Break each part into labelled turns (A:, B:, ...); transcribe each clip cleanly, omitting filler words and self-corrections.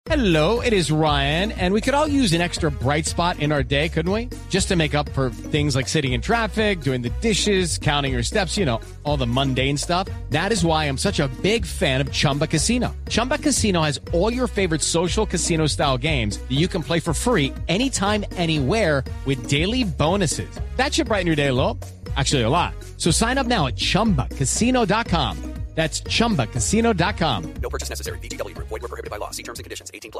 A: Hello, it is Ryan, and we could all use an extra bright spot in our day, couldn't we? Just to make up for things like sitting in traffic, doing the dishes, counting your steps, you know, all the mundane stuff. That is why I'm such a big fan of Chumba Casino. Chumba Casino has all your favorite social casino-style games that you can play for free anytime, anywhere with daily bonuses. That should brighten your day a little. Actually, a lot. So sign up now at ChumbaCasino.com. That's ChumbaCasino.com.
B: No purchase necessary. VGW Group. Void where prohibited by law. See terms and conditions. 18+.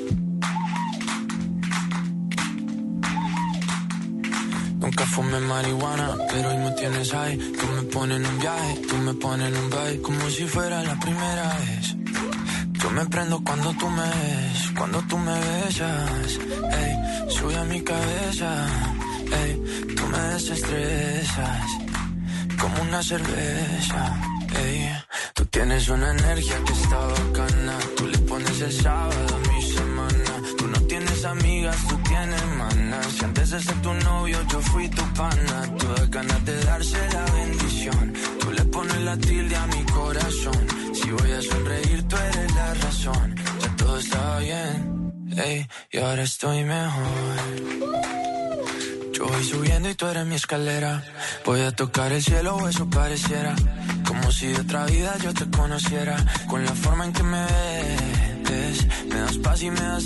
C: Nunca fumé marihuana, pero hoy me tienes high. Tú me pones en un viaje, tú me pones en un vibe, como si fuera la primera vez. Yo me prendo cuando tú me ves, cuando tú me besas. Ey, sube a mi cabeza. Ey, tú me desestresas, como una cerveza. Ey, tú tienes una energía que está bacana. Tú le pones el sábado a mi semana. Tú no tienes amigas, tú tienes hermanas. Si antes de ser tu novio yo fui tu pana. Tú das ganas de darse la bendición. Tú le pones la tilde a mi corazón. Si voy a sonreír tú eres la razón. Ya todo estaba bien, ey, y ahora estoy mejor. Yo voy subiendo y tú eres mi escalera. Voy a tocar el cielo o eso pareciera. Como si de otra vida yo te conociera. Con la forma en que me ves, me das paz y me das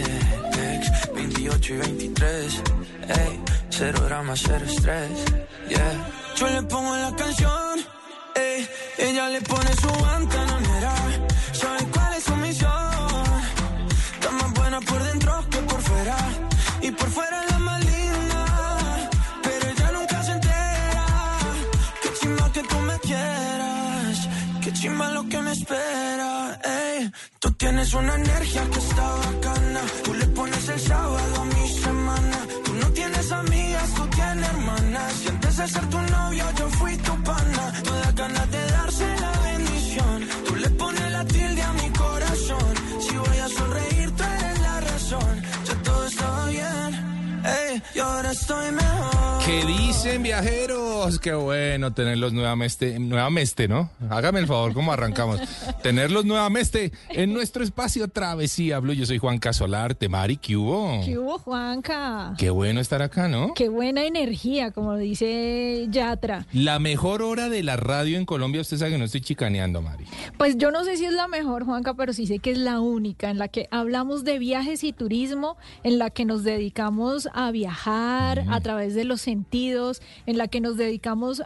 C: sex. 28 y 23, ey, cero drama, cero estrés, yeah. Yo le pongo la canción, ey, ella le pone su guantanamera. ¿Sabe cuál es su misión? Está más buena por dentro que por fuera. Y por fuera la más linda, pero ella nunca se entera. Qué chimba que tú me quieras, qué chimba lo que me espera, ey. Tú tienes una energía que está bacana. Tú le pones el sábado a mi semana. Tú no tienes amigas, tú tienes hermanas. Si antes de ser tu novio yo fui tu pana. Tú das ganas de darse la bendición. Tú le pones la tilde a mi corazón. Si voy a sonreír tú eres la razón. Ya todo estaba bien, ey, y ahora estoy mejor.
D: ¿Qué dicen, viajeros? Qué bueno tenerlos nuevamente, ¿no? Hágame el favor, ¿cómo arrancamos? Tenerlos nuevamente en nuestro espacio Travesía Blue. Yo soy Juanca Solarte. Mari, ¿qué hubo?
E: ¿Qué hubo, Juanca?
D: Qué bueno estar acá, ¿no?
E: Qué buena energía, como dice Yatra.
D: La mejor hora de la radio en Colombia, usted sabe que no estoy chicaneando, Mari.
E: Pues yo no sé si es la mejor, Juanca, pero sí sé que es la única, en la que hablamos de viajes y turismo, en la que nos dedicamos a viajar a través de los sentidos, en la que nos dedicamos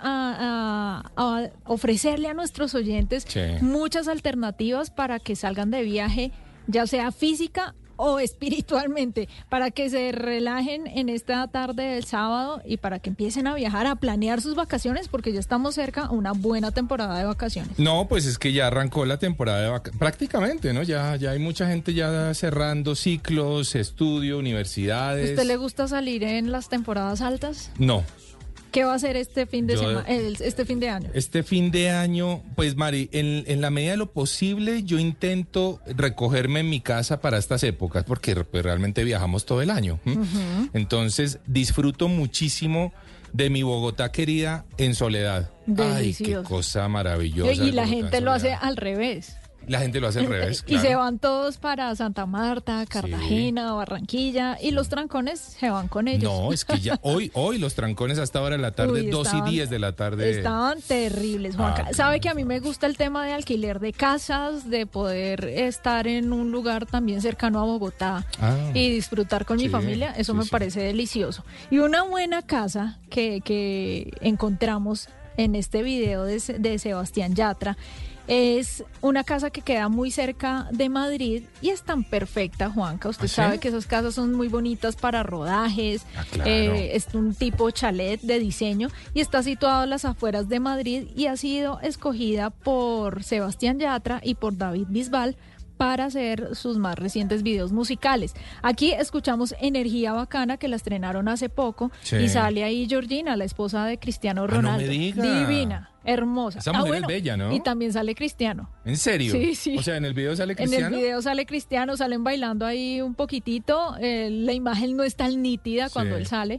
E: a ofrecerle a nuestros oyentes muchas alternativas para que salgan de viaje, ya sea física o espiritualmente, para que se relajen en esta tarde del sábado y para que empiecen a viajar, a planear sus vacaciones, porque ya estamos cerca a una buena temporada de vacaciones.
D: No, pues es que ya arrancó la temporada de vacaciones, prácticamente, ¿no? Ya hay mucha gente ya cerrando ciclos, estudio, universidades.
E: ¿Usted le gusta salir en las temporadas altas?
D: No.
E: ¿Qué va a hacer este fin de semana, este fin de año?
D: Este fin de año, pues Mari, en la medida de lo posible yo intento recogerme en mi casa para estas épocas, porque pues, realmente viajamos todo el año. Entonces disfruto muchísimo de mi Bogotá querida en soledad.
E: Delicioso.
D: Ay, qué cosa maravillosa.
E: Y la gente lo hace al revés.
D: La gente lo hace al revés, claro.
E: Y se van todos para Santa Marta, Cartagena, Barranquilla, y los trancones se van con ellos.
D: No, es que ya hoy los trancones hasta ahora de la tarde, 2:10 de la tarde.
E: Estaban terribles, Juanca. Sabe que a mí me gusta el tema de alquiler de casas, de poder estar en un lugar también cercano a Bogotá y disfrutar con mi familia. Eso me parece delicioso. Y una buena casa que encontramos en este video de Sebastián Yatra es una casa que queda muy cerca de Madrid y es tan perfecta, Juanca. Usted sabe que esas casas son muy bonitas para rodajes.
D: Claro.
E: Es un tipo chalet de diseño y está situado a las afueras de Madrid y ha sido escogida por Sebastián Yatra y por David Bisbal para hacer sus más recientes videos musicales. Aquí escuchamos Energía Bacana, que la estrenaron hace poco, y sale ahí Georgina, la esposa de Cristiano Ronaldo.
D: No me diga.
E: Divina, hermosa.
D: Esa mujer es bella, ¿no?
E: Y también sale Cristiano.
D: ¿En serio?
E: Sí.
D: O sea, ¿en el video sale Cristiano?
E: En el video sale Cristiano, salen bailando ahí un poquitito. La imagen no es tan nítida cuando él sale,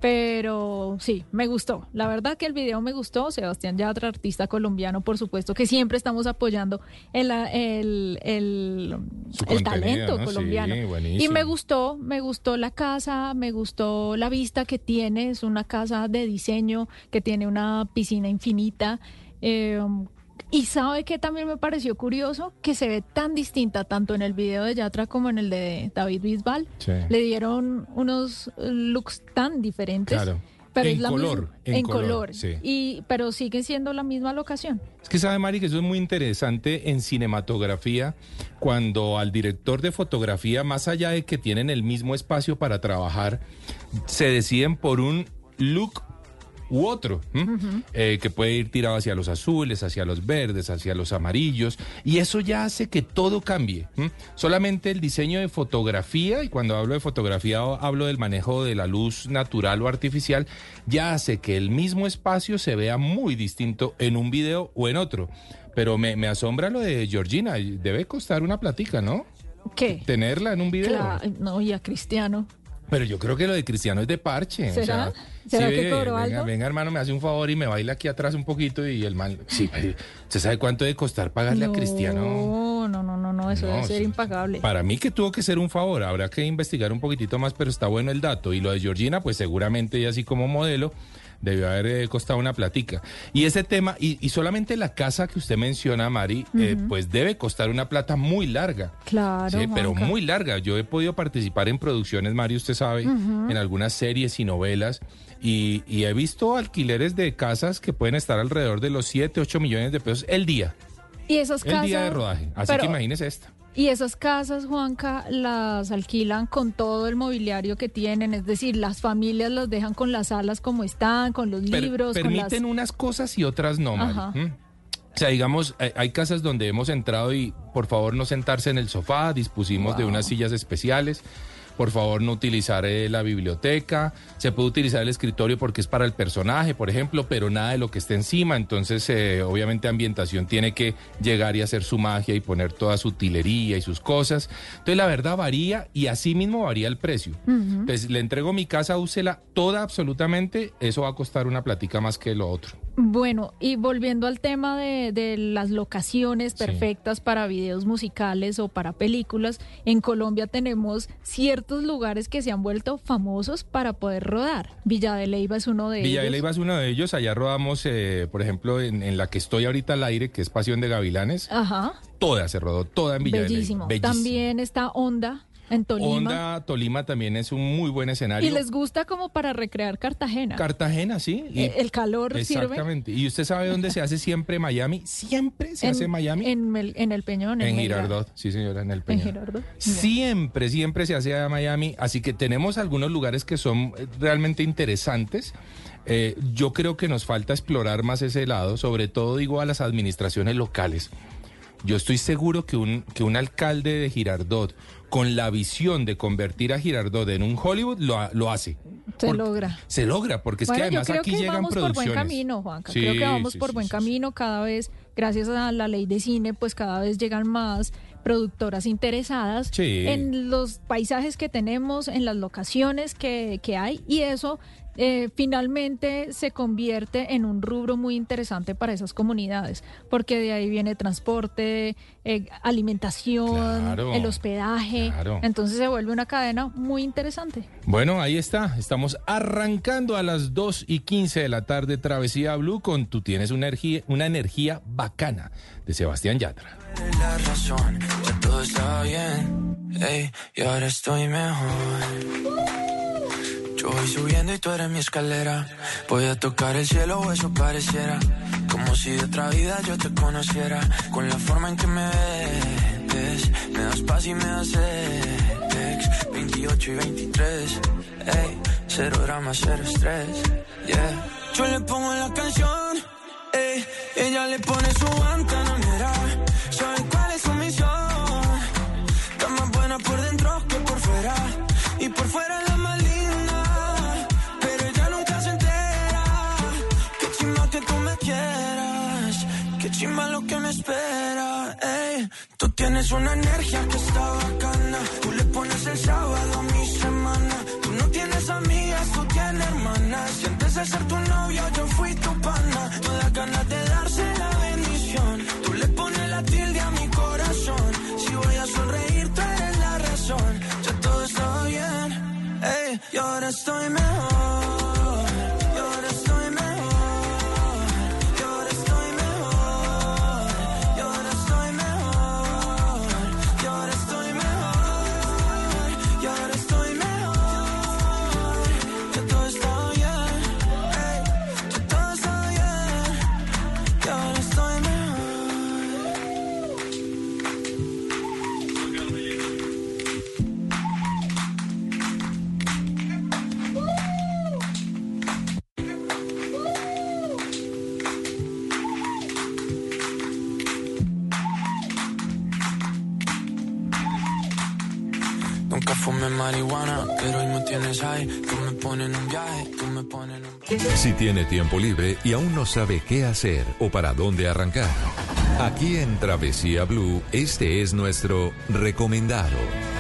E: Pero sí, me gustó. La verdad que el video me gustó. Sebastián Yatra, artista colombiano, por supuesto, que siempre estamos apoyando el talento, ¿no? colombiano. Sí, y me gustó la casa, me gustó la vista que tiene. Es una casa de diseño que tiene una piscina infinita. Y sabe que también me pareció curioso que se ve tan distinta tanto en el video de Yatra como en el de David Bisbal. Sí. Le dieron unos looks tan diferentes. Claro. Pero en color. En color. Sí. Pero sigue siendo la misma locación.
D: Es que sabe, Mari, que eso es muy interesante en cinematografía, cuando al director de fotografía, más allá de que tienen el mismo espacio para trabajar, se deciden por un look u otro, que puede ir tirado hacia los azules, hacia los verdes, hacia los amarillos, y eso ya hace que todo cambie. Solamente el diseño de fotografía, y cuando hablo de fotografía hablo del manejo de la luz natural o artificial, ya hace que el mismo espacio se vea muy distinto en un video o en otro. Pero me asombra lo de Georgina, debe costar una platica, ¿no?
E: ¿Qué?
D: Tenerla en un video.
E: Claro, no, y a Cristiano.
D: Pero yo creo que lo de Cristiano es de parche.
E: ¿Será?
D: O sea,
E: ¿Será que cobró algo?
D: Venga, hermano, me hace un favor y me baila aquí atrás un poquito y el man... Sí, ¿usted sabe cuánto debe costar pagarle a Cristiano?
E: No, eso debe ser impagable.
D: Para mí que tuvo que ser un favor, habrá que investigar un poquitito más, pero está bueno el dato. Y lo de Georgina, pues seguramente ella así como modelo debió haber costado una platica. Y ese tema, y solamente la casa que usted menciona, Mari, pues debe costar una plata muy larga.
E: Claro,
D: sí, pero muy larga. Yo he podido participar en producciones, Mari, usted sabe, en algunas series y novelas, y he visto alquileres de casas que pueden estar alrededor de los 7, 8 millones de pesos el día.
E: Y esas casas...
D: El día de rodaje. Así que imagínese esta.
E: Y esas casas, Juanca, las alquilan con todo el mobiliario que tienen, es decir, las familias las dejan con las salas como están, con los libros.
D: Permiten unas cosas y otras no, Mari. O sea, digamos, hay casas donde hemos entrado y por favor no sentarse en el sofá, dispusimos de unas sillas especiales. Por favor, no utilizar la biblioteca. Se puede utilizar el escritorio porque es para el personaje, por ejemplo, pero nada de lo que esté encima. Entonces, obviamente, ambientación tiene que llegar y hacer su magia y poner toda su utilería y sus cosas. Entonces, la verdad varía y así mismo varía el precio. Entonces, le entrego mi casa, úsela toda absolutamente. Eso va a costar una platica más que lo otro.
E: Bueno, y volviendo al tema de las locaciones perfectas para videos musicales o para películas, en Colombia tenemos ciertos lugares que se han vuelto famosos para poder rodar. Villa de Leyva es uno de ellos.
D: Villa de Leyva es uno de ellos. Allá rodamos, por ejemplo, en la que estoy ahorita al aire, que es Pasión de Gavilanes. Toda se rodó, toda en Villa de Leyva. Bellísimo.
E: También está Honda. En Tolima.
D: Tolima también es un muy buen escenario.
E: Y les gusta como para recrear Cartagena.
D: Cartagena, sí.
E: El calor sirve.
D: Exactamente. ¿Y usted sabe dónde se hace siempre Miami? Siempre se hace Miami.
E: En el Peñón.
D: En Girardot, sí señora, en el Peñón.
E: En Girardot.
D: Siempre se hace a Miami. Así que tenemos algunos lugares que son realmente interesantes. Yo creo que nos falta explorar más ese lado, sobre todo digo a las administraciones locales. Yo estoy seguro que un alcalde de Girardot, con la visión de convertir a Girardot en un Hollywood, lo hace. Se logra, porque es que además aquí llegan producciones. Yo creo que vamos por buen camino,
E: Juanca. Creo que vamos por buen camino. Cada vez, gracias a la ley de cine, pues cada vez llegan más productoras interesadas en los paisajes que tenemos, en las locaciones que hay, y eso finalmente se convierte en un rubro muy interesante para esas comunidades, porque de ahí viene transporte, alimentación, el hospedaje, entonces se vuelve una cadena muy interesante.
D: Bueno, ahí está, estamos arrancando a las 2:15 de la tarde, Travesía Blue, con Tú Tienes una energía bacana, de Sebastián Yatra.
C: La razón, ya todo estaba bien, ey, y ahora estoy mejor. Yo voy subiendo y tú eres mi escalera. Voy a tocar el cielo o eso pareciera. Como si de otra vida yo te conociera. Con la forma en que me ves, me das paz y me das sex. 28 y 23, ey, cero drama, cero estrés, yeah. Yo le pongo la canción, ey, ella le pone su guantanamera. ¿Sabe cuál es su misión? Está más buena por dentro que por fuera. Y por fuera la más linda, pero ella nunca se entera. Qué chimba que tú me quieras, qué chimba lo que me espera, ey. Tú tienes una energía que está bacana. Tú le pones el sábado a mi semana. Tú no tienes amigas, tú tienes hermanas. y ahora estoy mejor, y ahora estoy mejor, y ahora estoy mejor, y ahora estoy mejor, y ahora estoy mejor, y ahora estoy mejor. Ya todo está bien, ya todo está bien, y ahora estoy mejor. Nunca fumé marihuana, pero hoy me tienes high. Tú me pones en un viaje, tú me pones en un viaje.
F: Si tiene tiempo libre y aún no sabe qué hacer o para dónde arrancar, aquí en Travesía Blue, este es nuestro recomendado.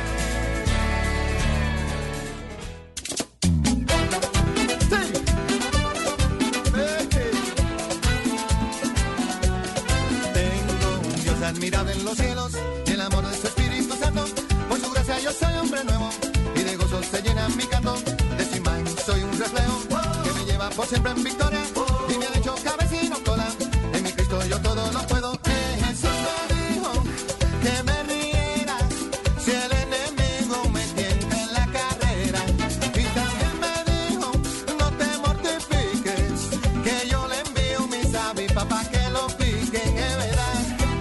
G: Tengo un Dios admirable en los cielos, y el amor de su Espíritu Santo. Por su gracia yo soy hombre nuevo, y de gozo se llena mi canto. De su imagen soy un reflejo, que me lleva por siempre en victoria, y me ha hecho cabeza y no cola. En mi Cristo yo todo lo puedo. Jesús me dijo que me riera si el enemigo me tienta en la carrera. Y también me dijo, no te mortifiques, que yo le envío mis avispas para que lo piquen, es verdad.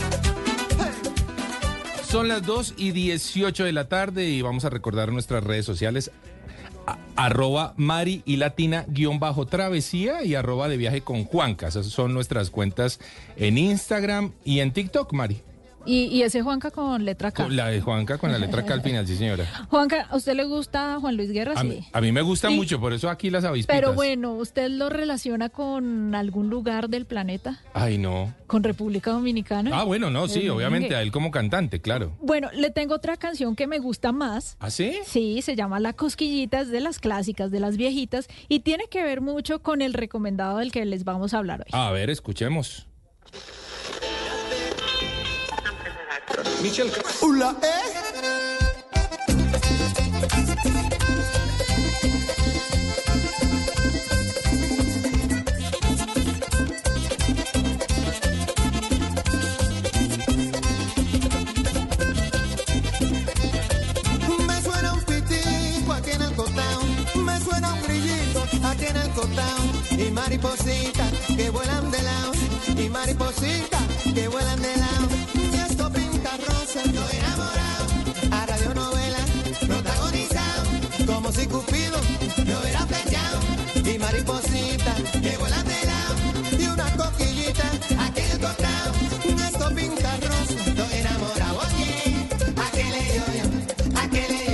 D: Son las 2:18 de la tarde y vamos a recordar nuestras redes sociales. @ Mari y Latina _travesía y @ de viaje con Juanca. Esas son nuestras cuentas en Instagram y en TikTok, Mari.
E: Y ese Juanca con letra K.
D: La de Juanca con la letra K al final, sí, señora.
E: Juanca, ¿a usted le gusta Juan Luis Guerra?
D: A mí me gusta
E: Sí.
D: mucho, por eso aquí las avispitas.
E: Pero bueno, ¿usted lo relaciona con algún lugar del planeta?
D: Ay, no.
E: ¿Con República Dominicana?
D: Ah, bueno, no, sí, obviamente a él como cantante, claro.
E: Bueno, le tengo otra canción que me gusta más.
D: ¿Ah, sí?
E: Sí, se llama La Cosquillita, es de las clásicas, de las viejitas, y tiene que ver mucho con el recomendado del que les vamos a hablar hoy.
D: A ver, escuchemos.
G: Hola, Me suena un pitico aquí en el cotao, me suena un grillito aquí en el cotao, y maripositas que vuelan de lado, y maripositas que vuelan de lado, y esto pinta rosa, estoy enamorado, a radionovela protagonizado, como si Cupido me hubiera flechado, y maripositas que vuelan de lado, y una coquillita aquí en el cotao, esto pinta rosa, estoy enamorado aquí, aquele yo, aquele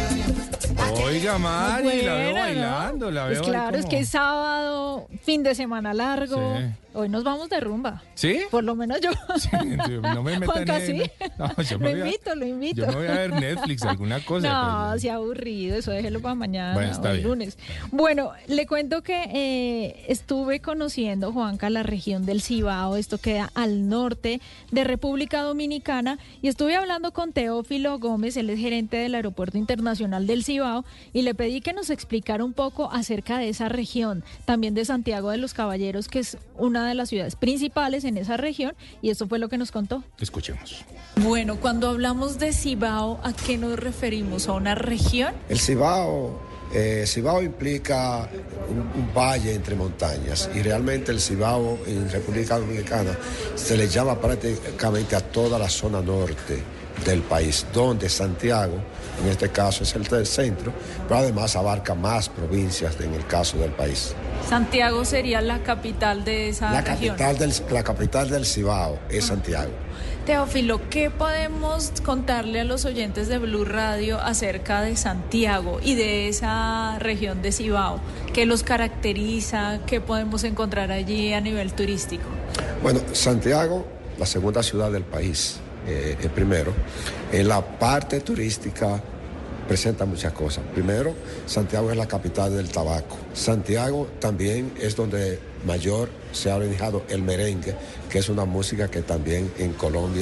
G: yo.
D: Oiga, Mari, la veo
E: Buena, ¿no?
D: bailando, la veo
E: Pues
D: ahí
E: claro, es
D: como-
E: que es sábado, fin de semana largo.
D: Sí.
E: Hoy nos vamos de rumba.
D: ¿Sí?
E: Por lo menos yo.
D: Sí, no me metan
E: Juanca,
D: en...
E: sí.
D: No, yo
E: Lo
D: me voy a-
E: invito, lo invito.
D: Yo me voy a ver Netflix, alguna cosa.
E: No,
D: pero-
E: sea aburrido, eso déjelo para mañana
D: Bueno, está
E: o el
D: bien.
E: lunes. Bueno, le cuento que estuve conociendo, Juanca, la región del Cibao, esto queda al norte de República Dominicana, y estuve hablando con Teófilo Gómez, él es gerente del Aeropuerto Internacional del Cibao, y le pedí que nos explicara un poco acerca de esa región, también de Santiago de los Caballeros, que es una de las ciudades principales en esa región, y esto fue lo que nos contó.
D: Escuchemos.
E: Bueno, cuando hablamos de Cibao, ¿a qué nos referimos? ¿A una región?
H: El Cibao, Cibao implica un valle entre montañas, y realmente el Cibao en República Dominicana se le llama prácticamente a toda la zona norte del país, donde Santiago, en este caso, es el centro, pero además abarca más provincias en el caso del país.
E: Santiago sería la capital de esa
H: La
E: región.
H: capital del Cibao es Santiago.
E: Teófilo, ¿qué podemos contarle a los oyentes de Blue Radio acerca de Santiago y de esa región de Cibao? ¿Qué los caracteriza? ¿Qué podemos encontrar allí a nivel turístico?
H: Bueno, Santiago, la segunda ciudad del país, primero, en la parte turística presenta muchas cosas. Primero, Santiago es la capital del tabaco. Santiago también es donde mayor se ha originado el merengue, que es una música que también en Colombia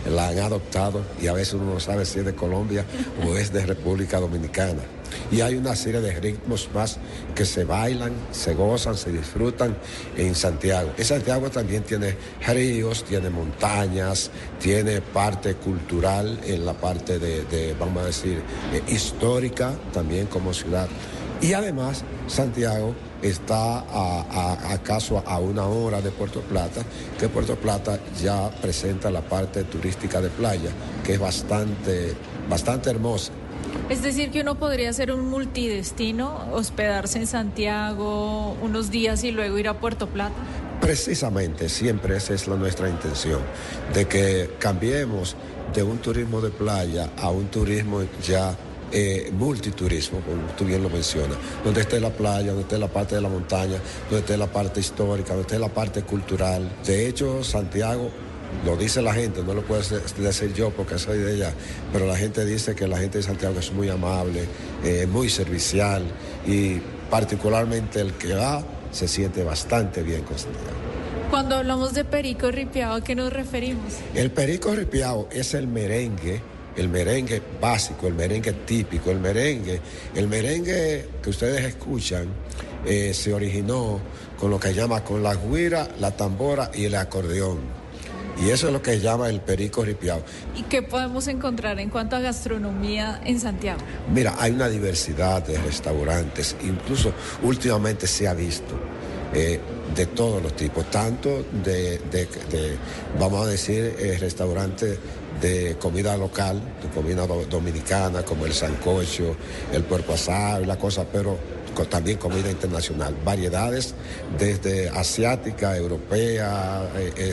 H: la han adoptado y a veces uno no sabe si es de Colombia o es de República Dominicana. Y hay una serie de ritmos más que se bailan, se gozan, se disfrutan en Santiago. En Santiago también tiene ríos, tiene montañas, tiene parte cultural en la parte vamos a decir, histórica también como ciudad. Y además Santiago está acaso a 1 hora de Puerto Plata, que Puerto Plata ya presenta la parte turística de playa, que es bastante hermosa.
E: Es decir, que uno podría hacer un multidestino, hospedarse en Santiago unos días y luego ir a Puerto Plata.
H: Precisamente, siempre esa es nuestra intención, de que cambiemos de un turismo de playa a un turismo ya multiturismo, como tú bien lo mencionas, donde esté la playa, donde esté la parte de la montaña, donde esté la parte histórica, donde esté la parte cultural. De hecho, Santiago, lo dice la gente, no lo puedo decir yo porque soy de allá, pero la gente dice que la gente de Santiago es muy amable, muy servicial y particularmente el que va se siente bastante bien con Santiago.
E: Cuando hablamos de perico ripiado, ¿a qué nos referimos?
H: El perico ripiado es el merengue básico, el merengue típico, el merengue que ustedes escuchan se originó con lo que llama con la güira, la tambora y el acordeón. Y eso es lo que se llama el perico ripiado.
E: ¿Y qué podemos encontrar en cuanto a gastronomía en Santiago?
H: Mira, hay una diversidad de restaurantes, incluso últimamente se ha visto de todos los tipos, tanto de vamos a decir, restaurantes de comida local, de comida dominicana, como el sancocho, el puerco asado y la cosa, pero también comida internacional, variedades desde asiática, europea,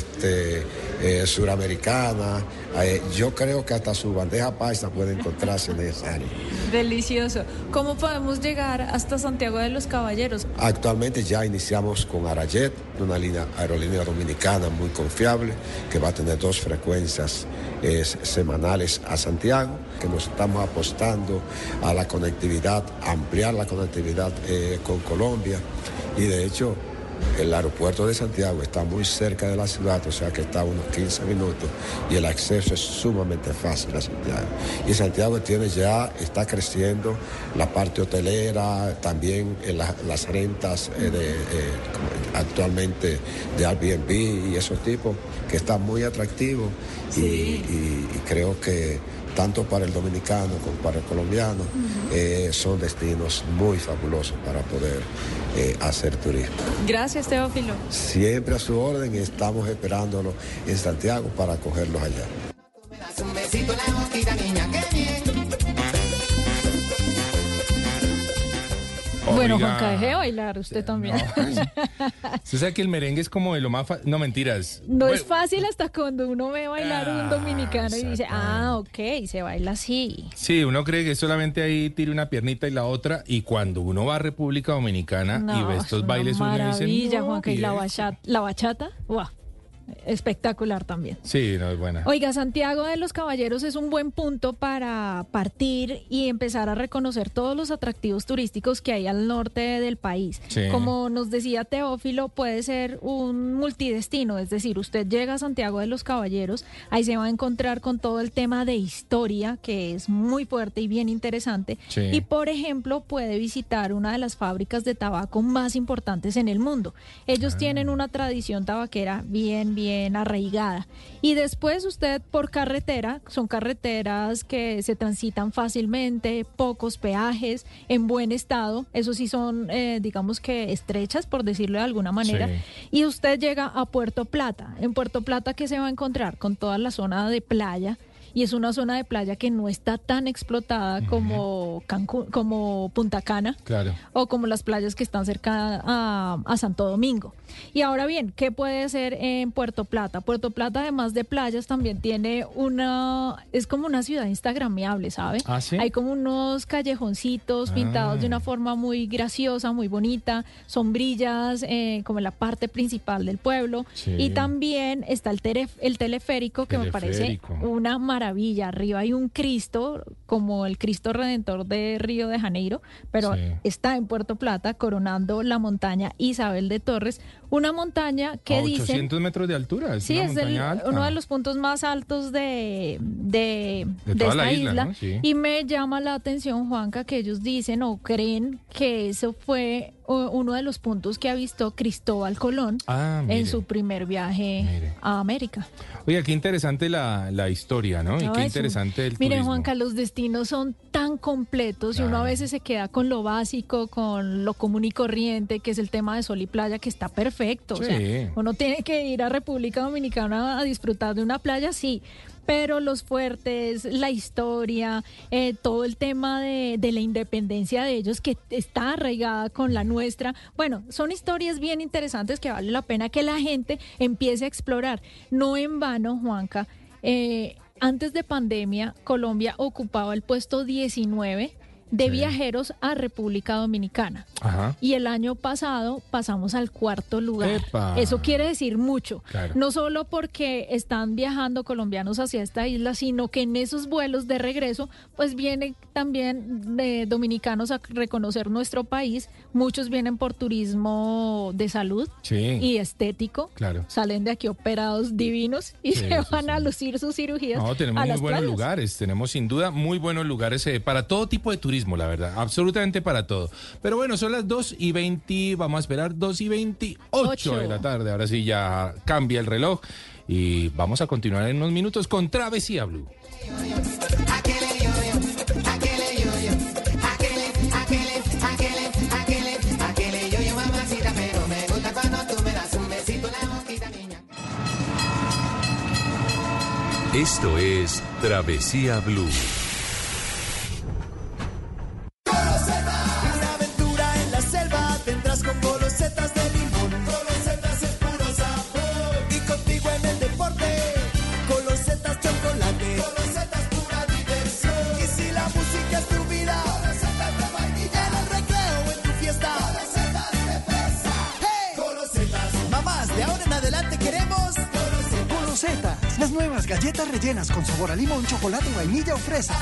H: suramericana. Yo creo que hasta su bandeja paisa puede encontrarse en esa área.
E: Delicioso. ¿Cómo podemos llegar hasta Santiago de los Caballeros?
H: Actualmente ya iniciamos con Arayet, una aerolínea dominicana muy confiable que va a tener 2 frecuencias semanales a Santiago, que nos estamos apostando a la conectividad, ampliar la conectividad con Colombia, y de hecho el aeropuerto de Santiago está muy cerca de la ciudad, o sea que está a unos 15 minutos y el acceso es sumamente fácil a Santiago. Y Santiago está creciendo la parte hotelera, también las rentas actualmente de Airbnb y esos tipos, que están muy atractivos. Sí. Y creo que tanto para el dominicano como para el colombiano, son destinos muy fabulosos para poder hacer turismo.
E: Gracias, Teófilo.
H: Siempre a su orden, estamos esperándolo en Santiago para acogerlos allá.
G: Un besito en la boquita, niña, qué bien.
E: Bueno,
D: Oiga,
E: Juanca, deje de bailar usted también.
D: Usted sabe que el merengue es como de lo más fácil. No, mentiras.
E: No
D: Bueno,
E: es fácil hasta cuando uno ve bailar un dominicano y dice, ok, se baila así.
D: Sí, uno cree que solamente ahí tira una piernita y la otra, y cuando uno va a República Dominicana y ve estos bailes, uno dice,
E: maravilla,
D: no,
E: Juanca, y
D: bien.
E: la bachata, ¡guau! Espectacular también.
D: Sí, no es buena.
E: Oiga, Santiago de los Caballeros es un buen punto para partir y empezar a reconocer todos los atractivos turísticos que hay al norte del país.
D: Sí.
E: Como nos decía Teófilo, puede ser un multidestino, es decir, usted llega a Santiago de los Caballeros, ahí se va a encontrar con todo el tema de historia, que es muy fuerte y bien interesante.
D: Sí.
E: Y, por ejemplo, puede visitar una de las fábricas de tabaco más importantes en el mundo. Ellos tienen una tradición tabaquera bien arraigada. Y después usted por carretera, son carreteras que se transitan fácilmente, pocos peajes, en buen estado, eso sí son, digamos que estrechas, por decirlo de alguna manera,
D: Sí.
E: y usted llega a Puerto Plata. En Puerto Plata, ¿qué se va a encontrar? Con toda la zona de playa. Y es una zona de playa que no está tan explotada como Cancún, como Punta Cana,
D: Claro.
E: o como las playas que están cerca a Santo Domingo. Y ahora bien, ¿qué puede hacer en Puerto Plata? Puerto Plata, además de playas, también tiene es como una ciudad instagramiable, ¿sabe?
D: ¿Ah, sí?
E: Hay como unos callejoncitos pintados de una forma muy graciosa, muy bonita, sombrillas, como en la parte principal del pueblo.
D: Sí.
E: Y también está el teleférico, que me parece
D: Teleférico.
E: una maravilla. Arriba hay un Cristo, como el Cristo Redentor de Río de Janeiro, pero
D: Sí.
E: está en Puerto Plata, coronando la montaña Isabel de Torres, Una montaña que
D: A
E: dicen...
D: 800 metros de altura, es
E: Sí,
D: una
E: es
D: montaña alta.
E: uno de los puntos más altos de
D: toda
E: esta
D: la isla,
E: isla.
D: ¿no? Sí.
E: Y me llama la atención, Juanca, que ellos dicen o creen que eso fue uno de los puntos que avistó Cristóbal Colón
D: Mire.
E: en su primer viaje
D: Mire.
E: a América.
D: Oiga, qué interesante la historia, ¿no? Y
E: No,
D: qué
E: eso.
D: interesante el
E: Mire,
D: turismo.
E: Juanca, los destinos son tan completos y uno a
D: Claro.
E: veces se queda con lo básico, con lo común y corriente, que es el tema de sol y playa, que está perfecto.
D: Sí.
E: O sea, uno tiene que ir a República Dominicana a disfrutar de una playa, sí. Pero los fuertes, la historia, todo el tema de la independencia de ellos que está arraigada con la nuestra. Bueno, son historias bien interesantes que vale la pena que la gente empiece a explorar. No en vano, Juanca, antes de pandemia, Colombia ocupaba el puesto 19 de viajeros a República Dominicana.
D: Ajá.
E: Y el año pasado pasamos al 4º lugar.
D: ¡Epa!
E: Eso quiere decir mucho.
D: Claro.
E: No solo porque están viajando colombianos hacia esta isla, sino que en esos vuelos de regreso, pues vienen también dominicanos a reconocer nuestro país. Muchos vienen por turismo de salud
D: Sí.
E: y estético.
D: Claro.
E: Salen de aquí operados divinos y
D: Sí,
E: se
D: sí,
E: van
D: sí.
E: a lucir sus cirugías.
D: No, tenemos
E: a
D: muy
E: las
D: buenos
E: playas.
D: lugares, tenemos sin duda muy buenos lugares para todo tipo de turismo, la verdad, absolutamente para todo. Pero bueno, son las 2:20, vamos a esperar 2:28 de la tarde, ahora sí ya cambia el reloj y vamos a continuar en unos minutos con Travesía Blue.
F: Esto es Travesía Blue.
G: Una aventura en la selva tendrás con Golosetas de limón. Golosetas es puro sabor. Y contigo en el deporte, Golosetas chocolate. Golosetas pura diversión. Y si la música es tu vida, Golosetas de vainilla. En el recreo o en tu fiesta, Golosetas de fresa. ¡Hey! Golosetas. Mamás, de ahora en adelante queremos Golosetas, las nuevas galletas rellenas con sabor a limón, chocolate, vainilla o fresa.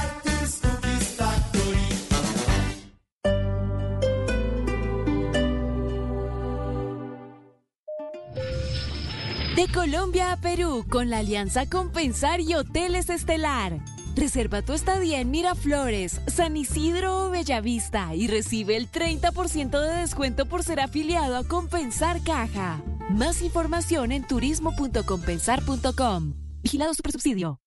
I: De Colombia a Perú, con la alianza Compensar y Hoteles Estelar. Reserva tu estadía en Miraflores, San Isidro o Bellavista y recibe el 30% de descuento por ser afiliado a Compensar Caja. Más información en turismo.compensar.com. Vigilado Supersubsidio.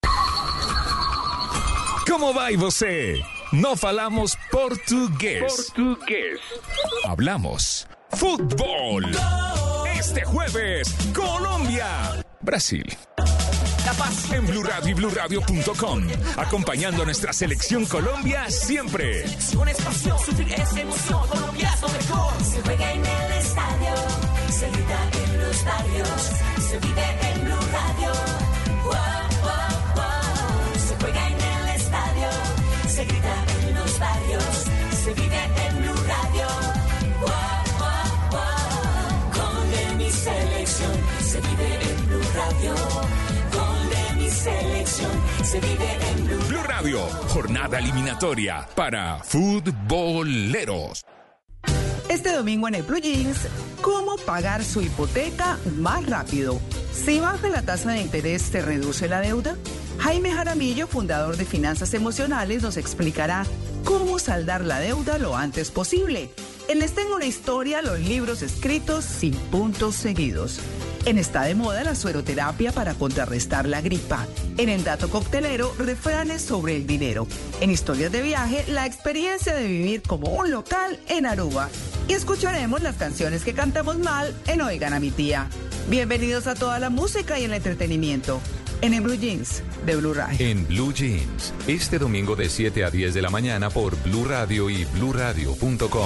J: Como vai você? Não falamos portugués. Hablamos fútbol. Este jueves, Colombia, Brasil. La Paz en Blue Radio y BlueRadio.com. Acompañando a nuestra selección Colombia siempre.
K: Selección es pasión, sufrir es emoción. Colombia es lo mejor. Se juega en el estadio, se grita en los barrios, se vive en Blue Radio. Wow, wow, wow. Se juega en el estadio, se grita en los barrios, se vive en Blue Radio. Wow, wow, wow. Gol de mi selección, se vive en Blue Radio. Gol de mi selección, se vive en Blue Radio.
J: Blue Radio, jornada eliminatoria para futboleros.
L: Este domingo en el Blue Jeans, ¿cómo pagar su hipoteca más rápido? Si baja la tasa de interés, ¿se reduce la deuda? Jaime Jaramillo, fundador de Finanzas Emocionales, nos explicará cómo saldar la deuda lo antes posible. En Les Tengo una Historia, los libros escritos sin puntos seguidos. En Está de Moda, la sueroterapia para contrarrestar la gripa. En El Dato Coctelero, refranes sobre el dinero. En Historias de Viaje, la experiencia de vivir como un local en Aruba. Y escucharemos las canciones que cantamos mal en Oigan a mi tía. Bienvenidos a toda la música y el entretenimiento en el Blue Jeans de Blue Radio.
F: En Blue Jeans, este domingo de 7 a 10 de la mañana por Blue Radio y BlueRadio.com.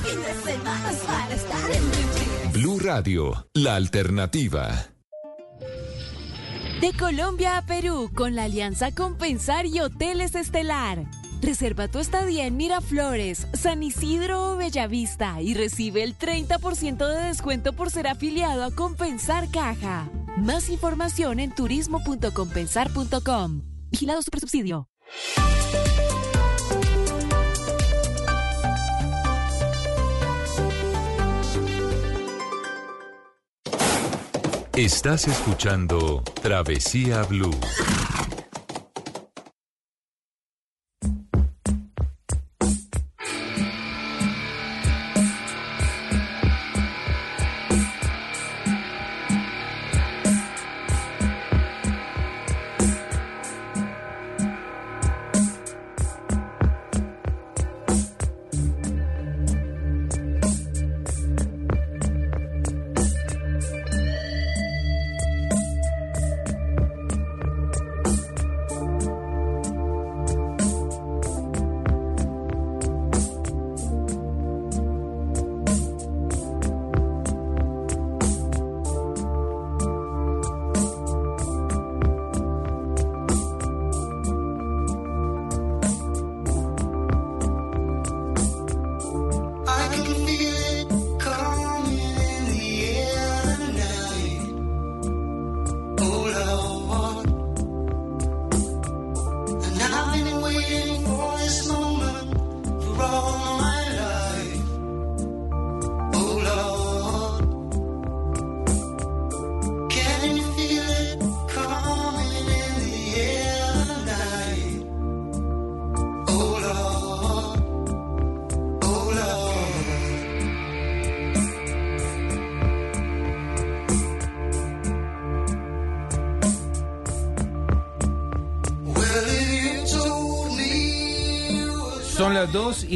F: Blue Radio, la alternativa.
I: De Colombia a Perú, con la alianza Compensar y Hoteles Estelar. Reserva tu estadía en Miraflores, San Isidro o Bellavista y recibe el 30% de descuento por ser afiliado a Compensar Caja. Más información en turismo.compensar.com. Vigilado Supersubsidio.
F: Estás escuchando Travesía Blue.
D: Son las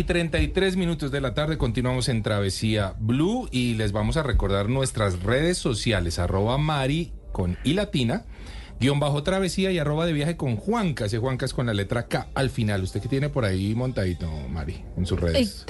D: 2:33 de la tarde, continuamos en Travesía Blue y les vamos a recordar nuestras redes sociales, @Mari con I latina, _Travesía y @de viaje con Juanca, ese Juanca es con la letra K al final. ¿Usted qué tiene por ahí montadito, Mari, en sus redes?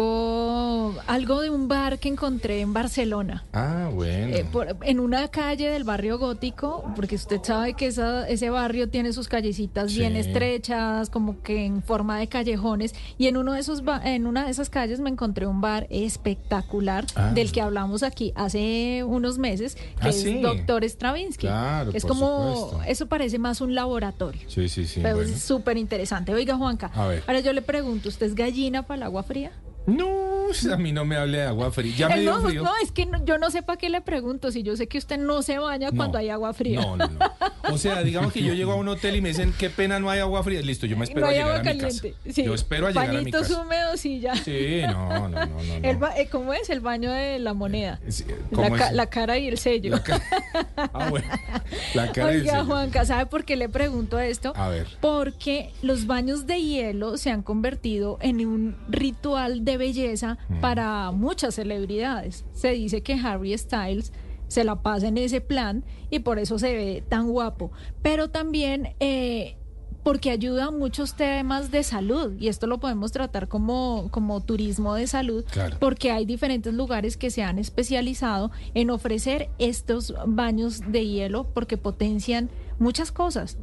E: Tengo algo de un bar que encontré en Barcelona.
D: Ah, bueno.
E: En una calle del barrio gótico, porque usted sabe que ese barrio tiene sus callecitas bien estrechas, como que en forma de callejones, y en una de esas calles me encontré un bar espectacular del que hablamos aquí hace unos meses, que es Dr. Stravinsky.
D: Claro,
E: que es
D: por
E: como
D: supuesto.
E: Eso parece más un laboratorio.
D: Sí.
E: Pero
D: Bueno.
E: es súper interesante. Oiga, Juanca,
D: A ver.
E: ahora yo le pregunto, ¿usted es gallina para el agua fría?
D: No, a mí no me hable de agua fría. Ya me dio frío.
E: No, es que yo no sé para qué le pregunto, si yo sé que usted no se baña cuando hay agua fría.
D: No. O sea, digamos que yo llego a un hotel y me dicen, qué pena, no hay agua fría. Listo, yo me espero
E: No
D: a
E: hay
D: llegar
E: agua
D: a mi casa.
E: caliente. Sí.
D: Yo espero a llegar a mi
E: Pañitos
D: casa.
E: húmedos y ya.
D: Sí, no.
E: ¿Cómo es? El baño de la moneda.
D: Sí, ¿cómo es?
E: La cara y el sello.
D: Bueno. La cara y el
E: Oiga,
D: sello.
E: Juanca, ¿sabe por qué le pregunto esto?
D: A ver.
E: Porque los baños de hielo se han convertido en un ritual de belleza para muchas celebridades. Se dice que Harry Styles se la pasa en ese plan y por eso se ve tan guapo. Pero también porque ayuda a muchos temas de salud, y esto lo podemos tratar como turismo de salud,
D: claro,
E: porque hay diferentes lugares que se han especializado en ofrecer estos baños de hielo porque potencian muchas cosas.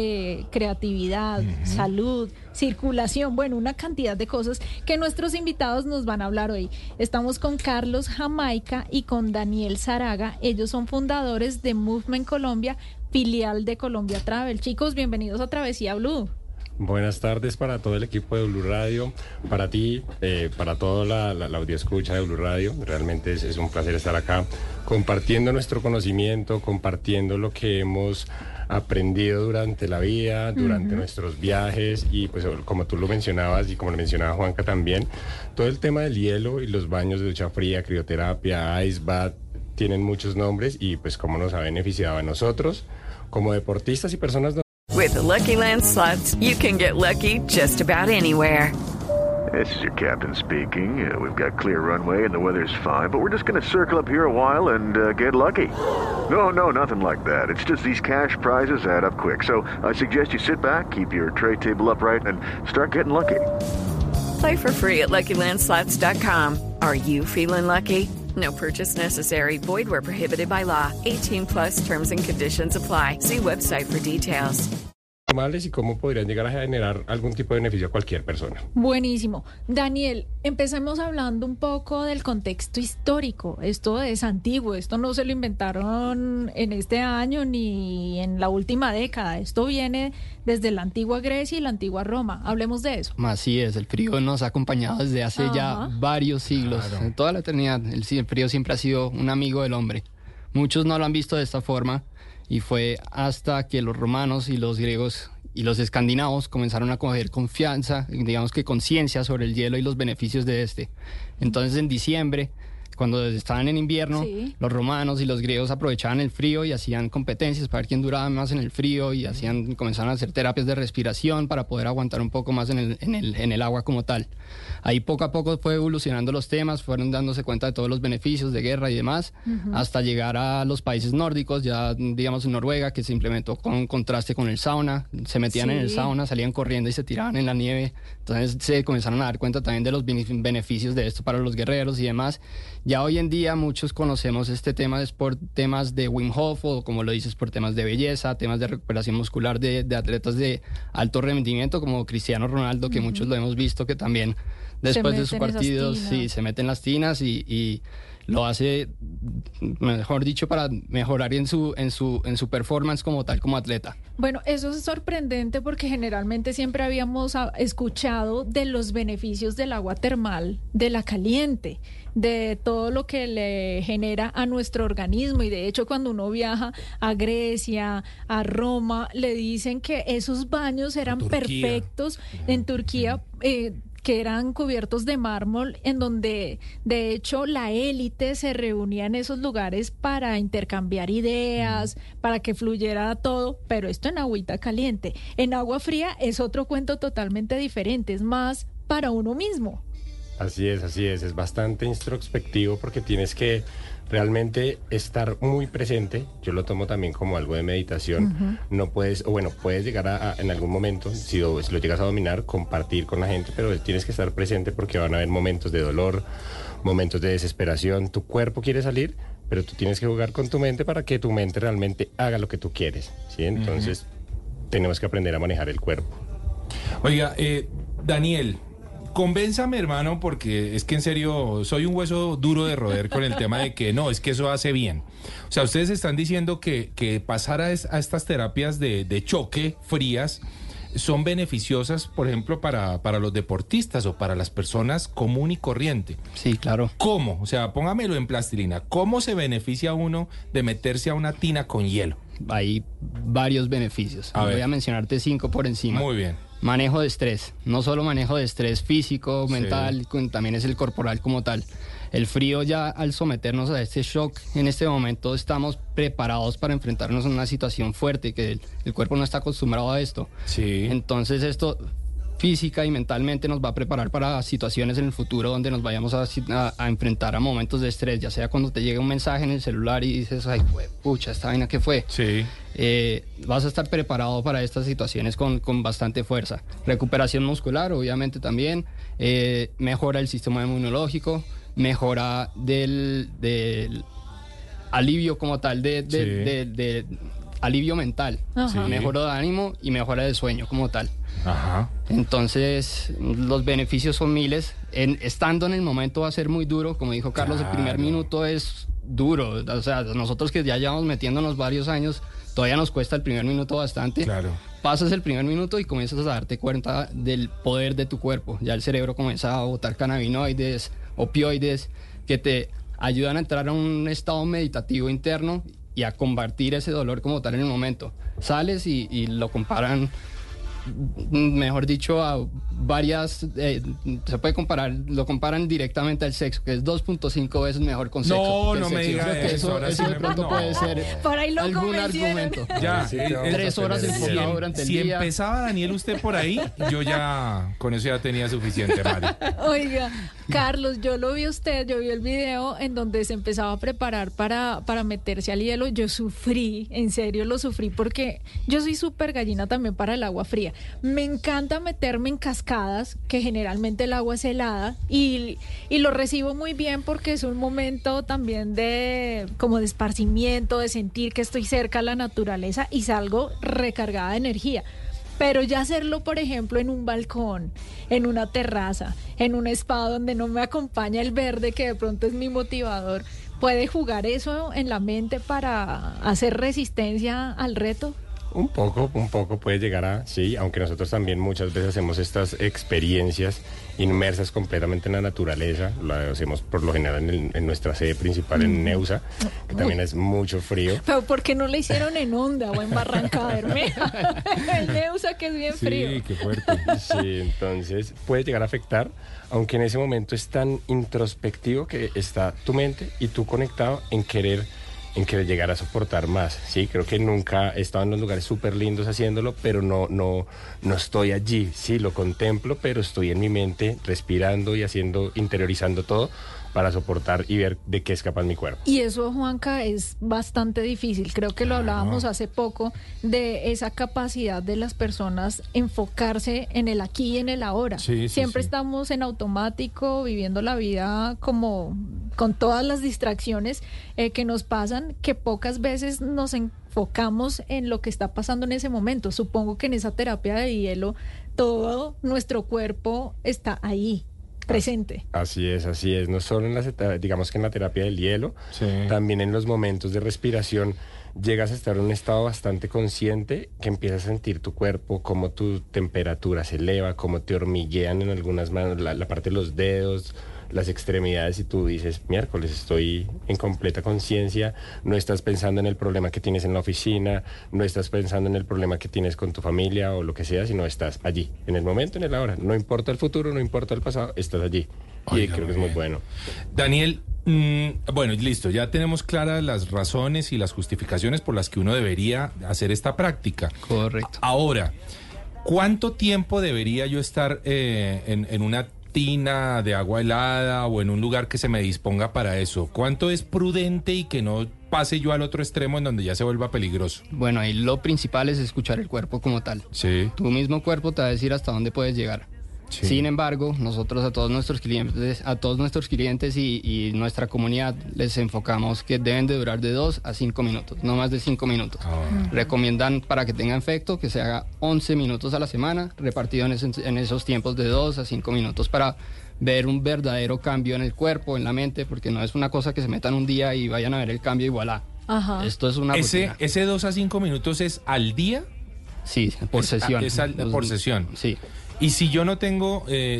E: Creatividad, salud, circulación, bueno, una cantidad de cosas que nuestros invitados nos van a hablar hoy. Estamos con Carlos Jamaica y con Daniel Zaraga. Ellos son fundadores de Movement Colombia, filial de Colombia Travel. Chicos, bienvenidos a Travesía Blue.
M: Buenas tardes para todo el equipo de Blue Radio, para ti, para toda la audioescucha de Blue Radio. Realmente es un placer estar acá compartiendo nuestro conocimiento, compartiendo lo que hemos aprendido durante la vida, durante nuestros viajes, y pues como tú lo mencionabas y como lo mencionaba Juanca también, todo el tema del hielo y los baños de ducha fría, crioterapia, ice bath, tienen muchos nombres y pues cómo nos ha beneficiado a nosotros como deportistas y personas.
N: With the Lucky Land Slots, you can get lucky just about anywhere.
O: This is your captain speaking. We've got clear runway and the weather's fine, but we're just going to circle up here a while and get lucky. No, nothing like that. It's just these cash prizes add up quick. So I suggest you sit back, keep your tray table upright, and start getting lucky.
N: Play for free at LuckyLandSlots.com. Are you feeling lucky? No purchase necessary. Void where prohibited by law. 18+ terms and conditions apply. See website for details.
M: Y cómo podrían llegar a generar algún tipo de beneficio a cualquier persona.
E: Buenísimo. Daniel, empecemos hablando un poco del contexto histórico. Esto es antiguo, esto no se lo inventaron en este año ni en la última década. Esto viene desde la antigua Grecia y la antigua Roma. Hablemos de eso.
P: Así es, el frío nos ha acompañado desde hace ya varios siglos.
D: Claro.
P: En toda la eternidad, el frío siempre ha sido un amigo del hombre. Muchos no lo han visto de esta forma y fue hasta que los romanos y los griegos y los escandinavos comenzaron a coger confianza, digamos que conciencia sobre el hielo y los beneficios de este. Entonces en diciembre, cuando estaban en invierno, los romanos y los griegos aprovechaban el frío y hacían competencias para ver quién duraba más en el frío y comenzaron a hacer terapias de respiración para poder aguantar un poco más en el agua como tal. Ahí poco a poco fue evolucionando los temas, fueron dándose cuenta de todos los beneficios de guerra y demás, hasta llegar a los países nórdicos, ya digamos en Noruega, que se implementó con contraste con el sauna, se metían en el sauna, salían corriendo y se tiraban en la nieve, entonces se comenzaron a dar cuenta también de los beneficios de esto para los guerreros y demás. Ya hoy en día muchos conocemos este tema por temas de Wim Hof o como lo dices por temas de belleza, temas de recuperación muscular de atletas de alto rendimiento como Cristiano Ronaldo, que muchos lo hemos visto que también después de sus partidos se mete en las tinas y lo hace, mejor dicho, para mejorar en su performance como tal, como atleta.
E: Bueno, eso es sorprendente porque generalmente siempre habíamos escuchado de los beneficios del agua termal, de la caliente, de todo lo que le genera a nuestro organismo, y de hecho cuando uno viaja a Grecia, a Roma, le dicen que esos baños eran perfectos en Turquía, que eran cubiertos de mármol, en donde de hecho la élite se reunía en esos lugares para intercambiar ideas, para que fluyera todo, pero esto en agüita caliente. En agua fría es otro cuento totalmente diferente, es más para uno mismo.
M: Así es bastante introspectivo porque tienes que realmente estar muy presente. Yo lo tomo también como algo de meditación. No puedes, o bueno, puedes llegar a en algún momento, si lo llegas a dominar, compartir con la gente, pero tienes que estar presente porque van a haber momentos de dolor, momentos de desesperación. Tu cuerpo quiere salir, pero tú tienes que jugar con tu mente para que tu mente realmente haga lo que tú quieres, ¿sí? Entonces, tenemos que aprender a manejar el cuerpo.
D: Oiga, Daniel, convénzame, hermano, porque es que en serio soy un hueso duro de roer con el tema de que no, es que eso hace bien. O sea, ustedes están diciendo que pasar a estas terapias de choque frías son beneficiosas, por ejemplo, para los deportistas o para las personas común y corriente.
P: Sí, claro.
D: ¿Cómo? O sea, póngamelo en plastilina. ¿Cómo se beneficia uno de meterse a una tina con hielo?
P: Hay varios beneficios. Voy a mencionarte 5 por encima.
D: Muy bien.
P: Manejo de estrés, no solo manejo de estrés físico, mental, también es el corporal como tal. El frío, ya al someternos a este shock, en este momento estamos preparados para enfrentarnos a una situación fuerte, que el cuerpo no está acostumbrado a esto.
D: Sí.
P: Entonces esto física y mentalmente nos va a preparar para situaciones en el futuro donde nos vayamos a enfrentar a momentos de estrés, ya sea cuando te llega un mensaje en el celular y dices, ay, pucha, ¿esta vaina qué fue?
D: Sí.
P: Vas a estar preparado para estas situaciones con bastante fuerza. Recuperación muscular, obviamente también, mejora el sistema inmunológico, mejora del alivio como tal, de alivio mental, mejora de ánimo y mejora de sueño como tal.
D: Ajá.
P: Entonces, los beneficios son miles. Estando en el momento va a ser muy duro, como dijo Carlos, el primer minuto es duro. O sea, nosotros que ya llevamos metiéndonos varios años, todavía nos cuesta el primer minuto bastante.
D: Claro.
P: Pasas el primer minuto y comienzas a darte cuenta del poder de tu cuerpo. Ya el cerebro comienza a botar cannabinoides, opioides, que te ayudan a entrar a un estado meditativo interno y a combatir ese dolor como tal en el momento. Sales y lo comparan, mejor dicho, a varias, se puede comparar, lo comparan directamente al sexo, que es 2.5 veces mejor con sexo.
D: No me diga
P: eso de pronto puede ser
E: por ahí lo
P: algún argumento.
D: Ya,
P: 3 horas enfocado durante el día.
D: Si empezaba Daniel usted por ahí, yo ya, con eso ya tenía suficiente, Mari.
E: Oiga, Carlos, yo vi el video en donde se empezaba a preparar para meterse al hielo. Yo sufrí, en serio lo sufrí, porque yo soy súper gallina también para el agua fría. Me encanta meterme en cascadas, que generalmente el agua es helada, y lo recibo muy bien porque es un momento también de esparcimiento, de sentir que estoy cerca a la naturaleza y salgo recargada de energía. Pero ya hacerlo, por ejemplo, en un balcón, en una terraza, en un spa donde no me acompaña el verde, que de pronto es mi motivador, ¿puede jugar eso en la mente para hacer resistencia al reto?
M: Un poco puede llegar a, sí, aunque nosotros también muchas veces hacemos estas experiencias inmersas completamente en la naturaleza, lo hacemos por lo general en nuestra sede principal en Neusa, que también es mucho frío.
E: Pero ¿por qué no lo hicieron en Honda o en Barranca Bermeja? En Neusa, que es bien frío.
M: Sí, qué fuerte. Sí, entonces puede llegar a afectar, aunque en ese momento es tan introspectivo que está tu mente y tú conectado en querer llegar a soportar más. Sí, creo que nunca he estado en los lugares súper lindos haciéndolo, pero no estoy allí. Sí, lo contemplo, pero estoy en mi mente respirando y interiorizando todo para soportar y ver de qué es capaz mi cuerpo.
E: Y eso, Juanca, es bastante difícil. Creo que lo hablábamos hace poco de esa capacidad de las personas enfocarse en el aquí y en el ahora. Siempre estamos en automático, viviendo la vida como con todas las distracciones que nos pasan, que pocas veces nos enfocamos en lo que está pasando en ese momento. Supongo que en esa terapia de hielo todo nuestro cuerpo está ahí, presente.
M: Así es. No solo digamos que en la terapia del hielo, también en los momentos de respiración llegas a estar en un estado bastante consciente, que empiezas a sentir tu cuerpo, cómo tu temperatura se eleva, cómo te hormiguean en algunas manos, la parte de los dedos, las extremidades, y tú dices, miércoles, estoy en completa conciencia, no estás pensando en el problema que tienes en la oficina, no estás pensando en el problema que tienes con tu familia o lo que sea, sino estás allí, en el momento, en el ahora. No importa el futuro, no importa el pasado, estás allí. Y creo que es muy bueno.
D: Daniel, bueno, listo, ya tenemos claras las razones y las justificaciones por las que uno debería hacer esta práctica.
P: Correcto.
D: Ahora, ¿cuánto tiempo debería yo estar en una tina de agua helada o en un lugar que se me disponga para eso? ¿Cuánto es prudente y que no pase yo al otro extremo en donde ya se vuelva peligroso?
P: Bueno, ahí lo principal es escuchar el cuerpo como tal.
D: Sí.
P: Tu mismo cuerpo te va a decir hasta dónde puedes llegar. Sí. Sin embargo, nosotros a todos nuestros clientes y nuestra comunidad les enfocamos que deben de durar de 2 a 5 minutos, no más de 5 minutos. Recomiendan, para que tenga efecto, que se haga 11 minutos a la semana, repartido en esos tiempos de 2 a 5 minutos, para ver un verdadero cambio en el cuerpo, en la mente, porque no es una cosa que se metan un día y vayan a ver el cambio y voilà.
E: Ajá.
P: Esto es una rutina.
D: ¿Ese 2 a 5 minutos es al día?
P: Sí, por sesión.
D: Por sesión.
P: Sí.
D: Y si yo no tengo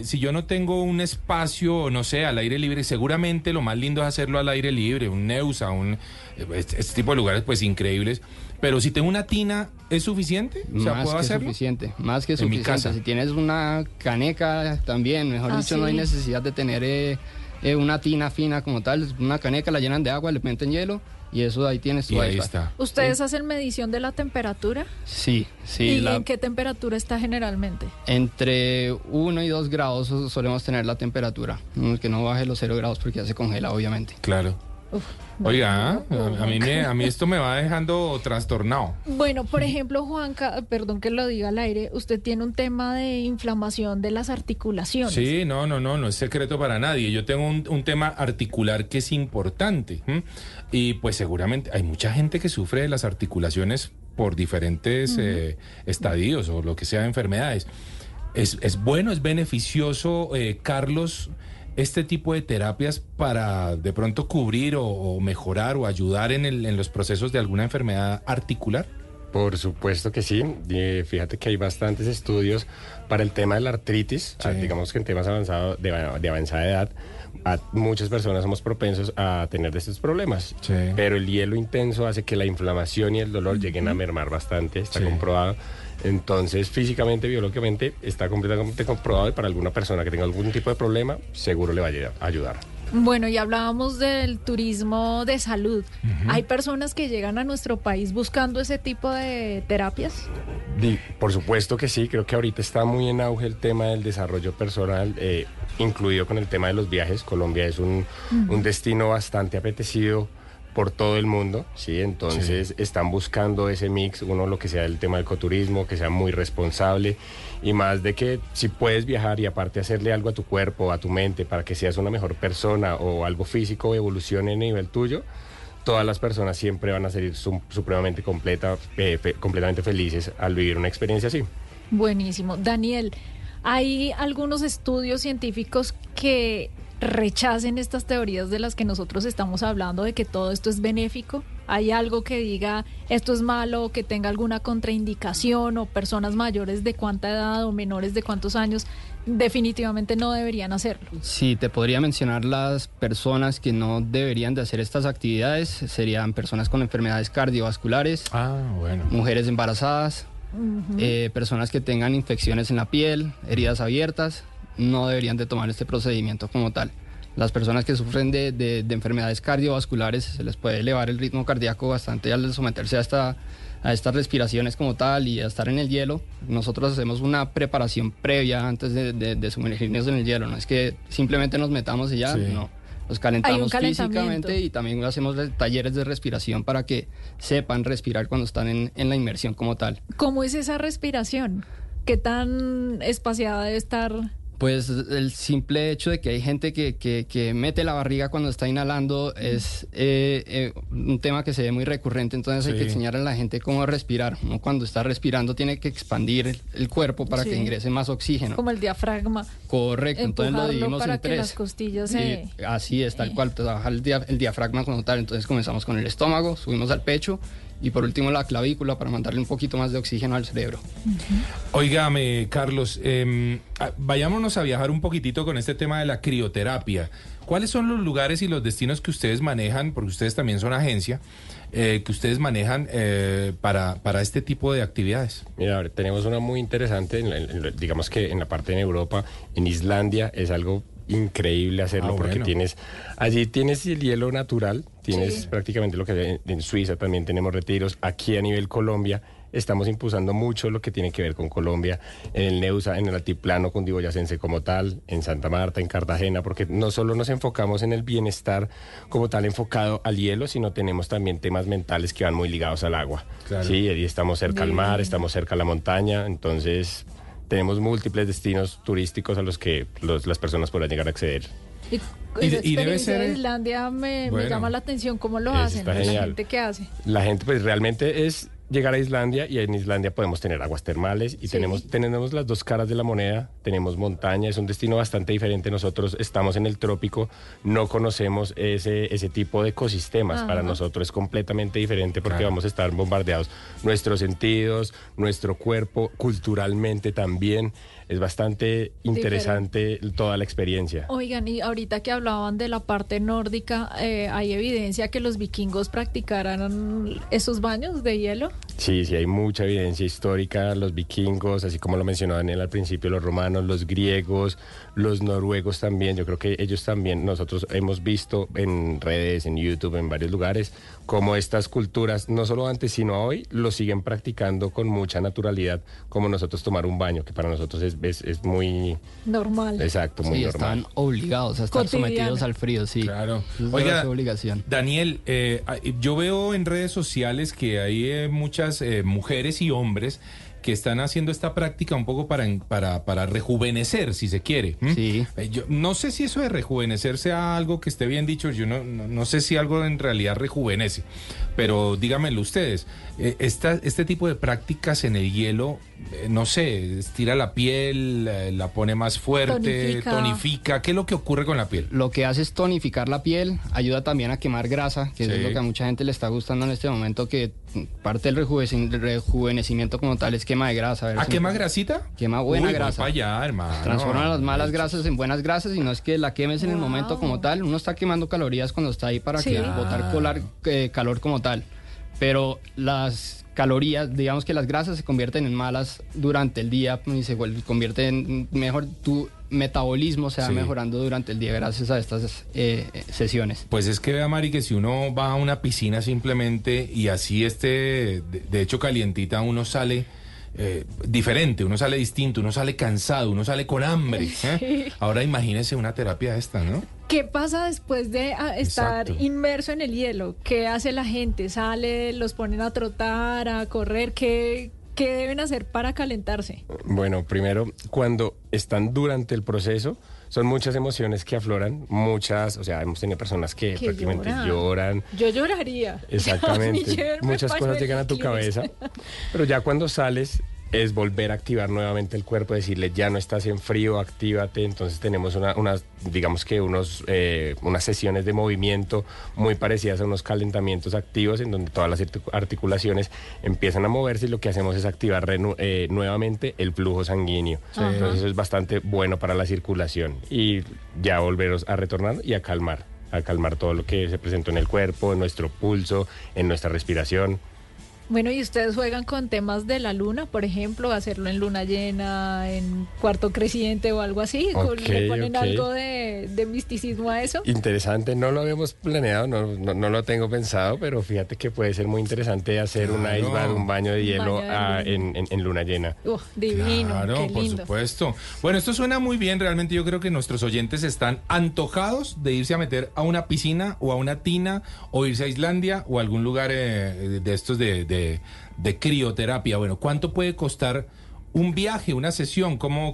D: un espacio, no sé, al aire libre, seguramente lo más lindo es hacerlo al aire libre, un Neusa, este tipo de lugares pues increíbles. Pero si tengo una tina, ¿es suficiente? O sea, ¿puedo hacerlo?
P: Más que suficiente.
D: En mi casa.
P: Si tienes una caneca también, mejor dicho, no hay necesidad de tener una tina fina como tal. Una caneca la llenan de agua, le meten hielo y eso ahí tienes tu
D: y ahí está.
E: ¿Ustedes hacen medición de la temperatura?
P: Sí.
E: ¿Y en qué temperatura está generalmente?
P: Entre 1 y 2 grados solemos tener la temperatura. Que no baje los 0 grados porque ya se congela, obviamente.
D: Claro. Oiga, a mí esto me va dejando trastornado.
E: Bueno, por ejemplo, Juanca, perdón que lo diga al aire, usted tiene un tema de inflamación de las articulaciones.
D: Sí, no es secreto para nadie. Yo tengo un tema articular que es importante. Y pues seguramente hay mucha gente que sufre de las articulaciones por diferentes estadios o lo que sea de enfermedades. Es bueno, es beneficioso, Carlos, este tipo de terapias para de pronto cubrir o mejorar o ayudar en los procesos de alguna enfermedad articular?
M: Por supuesto que sí. Fíjate que hay bastantes estudios para el tema de la artritis. Digamos que en temas avanzados de avanzada edad, muchas personas somos propensos a tener estos problemas. Pero el hielo intenso hace que la inflamación y el dolor lleguen a mermar bastante, está comprobado. Entonces, físicamente, biológicamente, está completamente comprobado, y para alguna persona que tenga algún tipo de problema, seguro le va a ayudar.
E: Bueno, y hablábamos del turismo de salud. ¿Hay personas que llegan a nuestro país buscando ese tipo de terapias?
M: Por supuesto que sí. Creo que ahorita está muy en auge el tema del desarrollo personal, incluido con el tema de los viajes. Colombia es un destino bastante apetecido por todo el mundo, ¿sí? Entonces están buscando ese mix, lo que sea el tema del ecoturismo, que sea muy responsable, y más de que si puedes viajar y aparte hacerle algo a tu cuerpo, a tu mente, para que seas una mejor persona o algo físico evolucione a nivel tuyo, todas las personas siempre van a ser supremamente completamente felices al vivir una experiencia así.
E: Buenísimo. Daniel, ¿hay algunos estudios científicos que rechacen estas teorías de las que nosotros estamos hablando, de que todo esto es benéfico? hay algo que diga esto es malo, o que tenga alguna contraindicación, o personas mayores de cuánta edad o menores de cuántos años, definitivamente no deberían hacerlo.
P: Sí, te podría mencionar las personas que no deberían de hacer estas actividades. Serían personas con enfermedades cardiovasculares, mujeres embarazadas, personas que tengan infecciones en la piel, heridas abiertas, no deberían de tomar este procedimiento como tal. Las personas que sufren de enfermedades cardiovasculares se les puede elevar el ritmo cardíaco bastante al someterse a estas respiraciones como tal y a estar en el hielo. Nosotros hacemos una preparación previa antes de sumergirnos en el hielo. No es que simplemente nos metamos y ya, no. Los calentamos físicamente y también hacemos talleres de respiración para que sepan respirar cuando están en la inmersión como tal.
E: ¿Cómo es esa respiración? ¿Qué tan espaciada debe estar?
P: Pues el simple hecho de que hay gente que mete la barriga cuando está inhalando es un tema que se ve muy recurrente, entonces hay que enseñar a la gente cómo respirar. Uno cuando está respirando tiene que expandir el cuerpo para que ingrese más oxígeno.
E: Como el diafragma.
P: Correcto, entonces lo dividimos
E: para
P: en
E: que
P: 3.
E: Las costillas
P: así es, tal cual, trabajar el diafragma como tal. Entonces comenzamos con el estómago, subimos al pecho y por último la clavícula para mandarle un poquito más de oxígeno al cerebro.
D: Óigame, Carlos, vayámonos a viajar un poquitito con este tema de la crioterapia. ¿Cuáles son los lugares y los destinos que ustedes manejan, porque ustedes también son agencia, que ustedes manejan para este tipo de actividades?
M: Mira, a ver, tenemos una muy interesante, digamos que en la parte de Europa, en Islandia, es algo increíble hacerlo porque allí tienes el hielo natural, tienes prácticamente lo que en Suiza también tenemos retiros. Aquí a nivel Colombia estamos impulsando mucho lo que tiene que ver con Colombia, en el Neusa, en el altiplano cundiboyacense como tal, en Santa Marta, en Cartagena, porque no solo nos enfocamos en el bienestar como tal enfocado al hielo, sino tenemos también temas mentales que van muy ligados al agua. Claro. Sí, y estamos cerca al mar, estamos cerca a la montaña, entonces tenemos múltiples destinos turísticos a los que las personas podrán llegar a acceder.
E: Y debe ser de Islandia me llama la atención cómo lo hacen, la gente que hace.
M: La gente pues realmente es llegar a Islandia y en Islandia podemos tener aguas termales y tenemos las dos caras de la moneda, tenemos montaña, es un destino bastante diferente. Nosotros estamos en el trópico, no conocemos ese tipo de ecosistemas. Para nosotros es completamente diferente porque vamos a estar bombardeados nuestros sentidos, nuestro cuerpo, culturalmente también. Es bastante interesante toda la experiencia.
E: Oigan, y ahorita que hablaban de la parte nórdica, ¿hay evidencia que los vikingos practicaran esos baños de hielo?
M: Sí, hay mucha evidencia histórica. Los vikingos, así como lo mencionó Daniel al principio, los romanos, los griegos, los noruegos también. Yo creo que ellos también, nosotros hemos visto en redes, en YouTube, en varios lugares, cómo estas culturas, no solo antes, sino hoy, lo siguen practicando con mucha naturalidad, como nosotros tomar un baño, que para nosotros es muy
E: normal.
M: Exacto, muy normal.
P: Están obligados a estar sometidos al frío, sí.
D: Claro.
P: Oiga, su obligación.
D: Daniel, yo veo en redes sociales que hay muchas mujeres y hombres que están haciendo esta práctica un poco para rejuvenecer, si se quiere.
P: Sí.
D: Yo no sé si eso de rejuvenecer sea algo que esté bien dicho, yo no sé si algo en realidad rejuvenece, pero díganmelo ustedes, este tipo de prácticas en el hielo, no sé, estira la piel, la pone más fuerte, tonifica, ¿qué es lo que ocurre con la piel?
P: Lo que hace es tonificar la piel, ayuda también a quemar grasa, que es lo que a mucha gente le está gustando en este momento, que parte del rejuvenecimiento como tal es quema de grasa.
D: ¿Quema grasita?
P: Quema buena grasa.
D: Para allá, hermano.
P: Transforma las malas grasas en buenas grasas y no es que la quemes en el momento como tal. Uno está quemando calorías cuando está ahí para botar calor como tal. Pero las calorías, digamos que las grasas se convierten en malas durante el día y se convierten mejor. Tu metabolismo se va mejorando durante el día gracias a estas sesiones.
D: Pues es que vea, Mari, que si uno va a una piscina simplemente y así de hecho calientita, uno sale diferente, uno sale distinto, uno sale cansado, uno sale con hambre. Ahora imagínese una terapia esta, ¿no?
E: ¿Qué pasa después de estar inmerso en el hielo? ¿Qué hace la gente? ¿Sale, los ponen a trotar, a correr? ¿Qué deben hacer para calentarse?
M: Bueno, primero, cuando están durante el proceso, son muchas emociones que afloran, o sea, hemos tenido personas que prácticamente lloran.
E: Yo lloraría.
M: Exactamente. Muchas cosas llegan a tu cabeza, pero ya cuando sales, es volver a activar nuevamente el cuerpo, decirle ya no estás en frío, actívate. Entonces tenemos unas sesiones de movimiento muy parecidas a unos calentamientos activos en donde todas las articulaciones empiezan a moverse y lo que hacemos es activar nuevamente el flujo sanguíneo. Sí. Entonces eso es bastante bueno para la circulación y ya volveros a retornar y a calmar todo lo que se presentó en el cuerpo, en nuestro pulso, en nuestra respiración.
E: Bueno, ¿y ustedes juegan con temas de la luna, por ejemplo, hacerlo en luna llena, en cuarto creciente o algo así? ¿Le ponen algo de misticismo a eso?
M: Interesante, no lo habíamos planeado, no lo tengo pensado, pero fíjate que puede ser muy interesante hacer un ice bath, un baño de hielo en luna llena.
E: Divino,
D: claro,
E: qué lindo.
D: Por supuesto. Bueno, esto suena muy bien, realmente yo creo que nuestros oyentes están antojados de irse a meter a una piscina o a una tina o irse a Islandia o a algún lugar de estos de crioterapia. Bueno, ¿cuánto puede costar un viaje, una sesión? ¿Cómo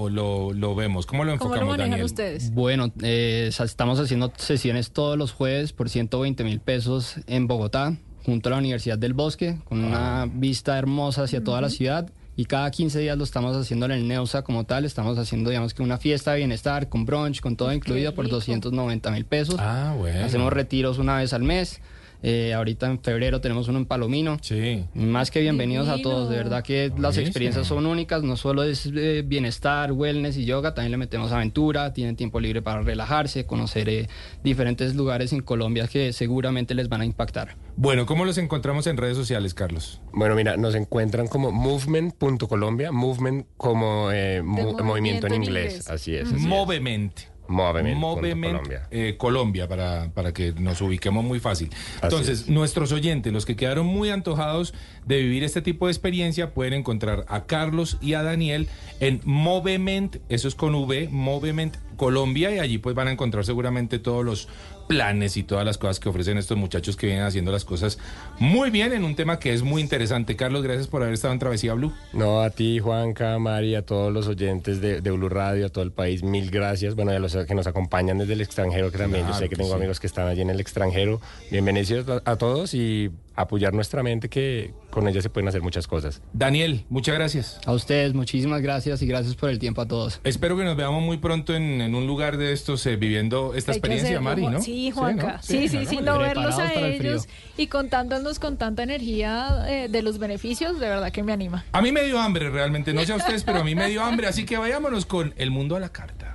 D: lo vemos? ¿Cómo lo enfocamos,
E: ¿Cómo lo manejan
D: Daniel?
E: ustedes?
P: Bueno, estamos haciendo sesiones todos los jueves por 120,000 pesos en Bogotá, junto a la Universidad del Bosque, con una vista hermosa hacia toda la ciudad. Y cada 15 días lo estamos haciendo en el Neusa como tal. Estamos haciendo, digamos que una fiesta de bienestar, con brunch, con todo incluido por 290,000 pesos.
D: Bueno.
P: Hacemos retiros una vez al mes. Ahorita en febrero tenemos uno en Palomino.
D: Sí.
P: Más que bienvenidos
E: Divino.
P: a todos. De verdad que las experiencias son únicas. No solo es bienestar, wellness y yoga. También le metemos aventura. Tienen tiempo libre para relajarse, conocer diferentes lugares en Colombia que seguramente les van a impactar.
D: Bueno, ¿cómo los encontramos en redes sociales, Carlos?
M: Bueno, mira, nos encuentran como movement.colombia, movement como movimiento en inglés. Así es.
D: Movement.
M: Movement
D: Colombia, para que nos ubiquemos muy fácil. Entonces, nuestros oyentes, los que quedaron muy antojados de vivir este tipo de experiencia, pueden encontrar a Carlos y a Daniel en Movement, eso es con V, Movement Colombia, y allí pues van a encontrar seguramente todos los planes y todas las cosas que ofrecen estos muchachos que vienen haciendo las cosas muy bien en un tema que es muy interesante. Carlos, gracias por haber estado en Travesía Blue.
M: No, a ti, Juanca, Mari, a todos los oyentes de Blue Radio, a todo el país, mil gracias. Bueno, y a los que nos acompañan desde el extranjero, que también yo sé que tengo amigos que están allí en el extranjero. Bienvenidos a todos y apoyar nuestra mente, que con ella se pueden hacer muchas cosas.
D: Daniel, muchas gracias.
P: A ustedes, muchísimas gracias y gracias por el tiempo a todos.
D: Espero que nos veamos muy pronto en un lugar de estos viviendo esta experiencia, Mari, ¿no?
E: Sí, Juanca. Sí, no verlos a ellos y contándonos con tanta energía de los beneficios, de verdad que me anima.
D: A mí me dio hambre realmente, no sé a ustedes, pero a mí me dio hambre, así que vayámonos con El Mundo a la Carta.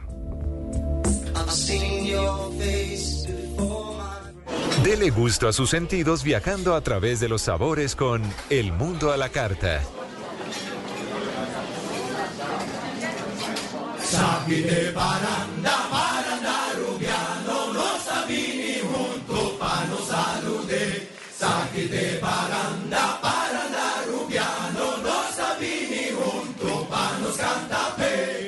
F: Dele gusto a sus sentidos viajando a través de los sabores con El Mundo a la Carta.
K: Sapite paranda, rubiano, no sabini junto pa no salude. Sapite paranda, rubiano, no sabini junto pa nos cantape.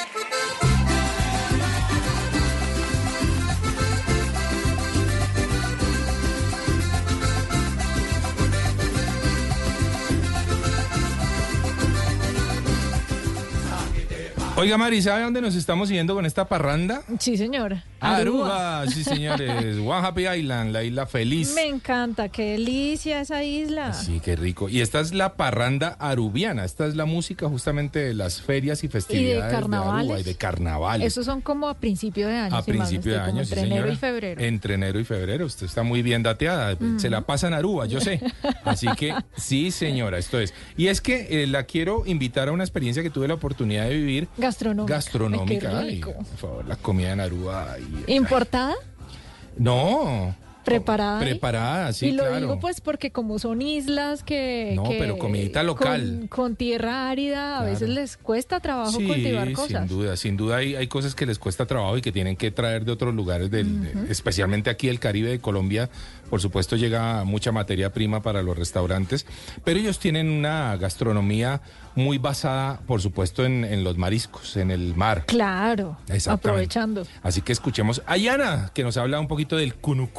D: Oiga, Mari, ¿sabe dónde nos estamos yendo con esta parranda?
E: Sí, señor.
D: Aruba, sí, señores. One Happy Island, la isla feliz.
E: Me encanta, qué delicia esa isla.
D: Sí, qué rico. Y esta es la parranda arubiana. Esta es la música justamente de las ferias y festividades
E: de carnavales.
D: de Aruba y de carnavales.
E: Esos son como a principio de año.
D: A principio de año,
E: entre
D: sí,
E: enero
D: señora.
E: y febrero.
D: Entre enero y febrero. Usted está muy bien dateada. Se la pasa en Aruba, yo sé. Así que sí, señora, esto es. Y es que la quiero invitar a una experiencia que tuve la oportunidad de vivir.
E: Gastronómica.
D: Ay, por favor, la comida en Aruba.
E: ¿Importada?
D: No.
E: ¿Preparada?
D: Preparada, sí,
E: y lo
D: claro.
E: digo pues porque como son islas que...
D: No, pero comidita local.
E: Con tierra árida, a veces les cuesta trabajo cultivar cosas.
D: Sin duda hay cosas que les cuesta trabajo y que tienen que traer de otros lugares, especialmente aquí del Caribe de Colombia. Por supuesto llega mucha materia prima para los restaurantes, pero ellos tienen una gastronomía muy basada, por supuesto, en los mariscos, en el mar.
E: Claro, aprovechando.
D: Así que escuchemos a Yana, que nos habla un poquito del cunuco.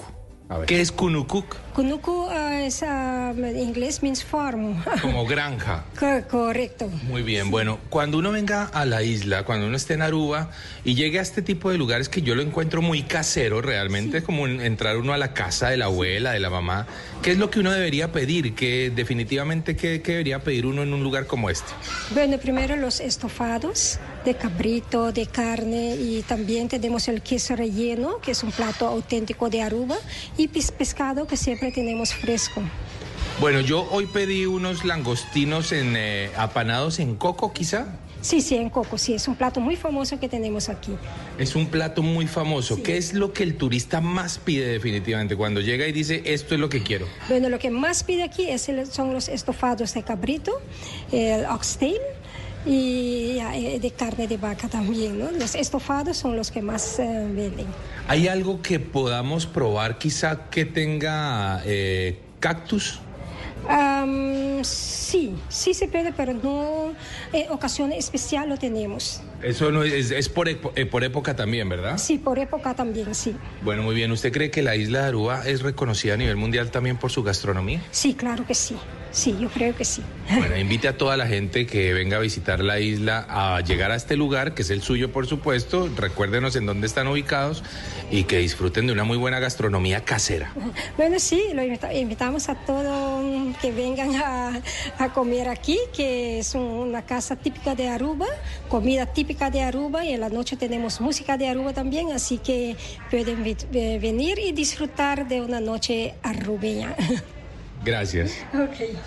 D: A ver. ¿Qué es Kunukuk?
Q: Kunuku es, en inglés means farm.
D: Como granja.
Q: Correcto.
D: Muy bien, bueno, cuando uno venga a la isla, cuando uno esté en Aruba y llegue a este tipo de lugares que yo lo encuentro muy casero realmente, como entrar uno a la casa de la abuela, de la mamá, ¿qué es lo que uno debería pedir? ¿Qué debería pedir uno en un lugar como este?
Q: Bueno, primero los estofados de cabrito, de carne, y también tenemos el queso relleno, que es un plato auténtico de Aruba, y pescado que siempre tenemos fresco.
D: Bueno, yo hoy pedí unos langostinos apanados en coco, quizá.
Q: Sí, en coco, sí, es un plato muy famoso que tenemos aquí.
D: Es un plato muy famoso.
Q: Sí.
D: ¿Qué es lo que el turista más pide definitivamente cuando llega y dice, esto es lo que quiero?
Q: Bueno, lo que más pide aquí son los estofados de cabrito, el oxtail, y de carne de vaca también, ¿no? Los estofados son los que más venden.
D: ¿Hay algo que podamos probar quizá que tenga cactus?
Q: Sí se puede, pero no en ocasión especial lo tenemos.
D: Eso no es por época también, ¿verdad?
Q: Sí, por época también, sí.
D: Bueno, muy bien. ¿Usted cree que la isla de Aruba es reconocida a nivel mundial también por su gastronomía?
Q: Sí, claro que sí. Sí, yo creo que sí.
D: Bueno, invite a toda la gente que venga a visitar la isla a llegar a este lugar, que es el suyo, por supuesto. Recuérdenos en dónde están ubicados y que disfruten de una muy buena gastronomía casera.
Q: Bueno, sí, lo invitamos a todos que vengan a comer aquí, que es una casa típica de Aruba, comida típica de Aruba, y en la noche tenemos música de Aruba también, así que pueden venir y disfrutar de una noche arubeña.
D: Gracias.
Q: Okay.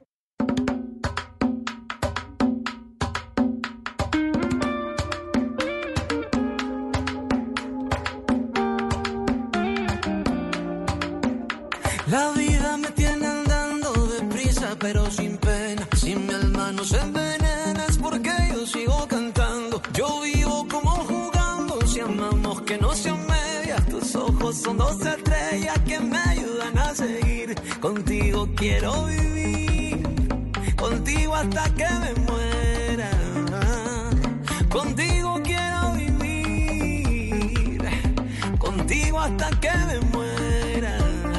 C: La vida me tiene andando deprisa, pero sin pena. Si mi alma no se envenena es porque yo sigo cantando. Yo vivo como jugando, si amamos que no sean medias. Tus ojos son dos estrellas que me ayudan a seguir. Contigo quiero vivir, contigo hasta que me muera. Contigo quiero vivir, contigo hasta que me muera.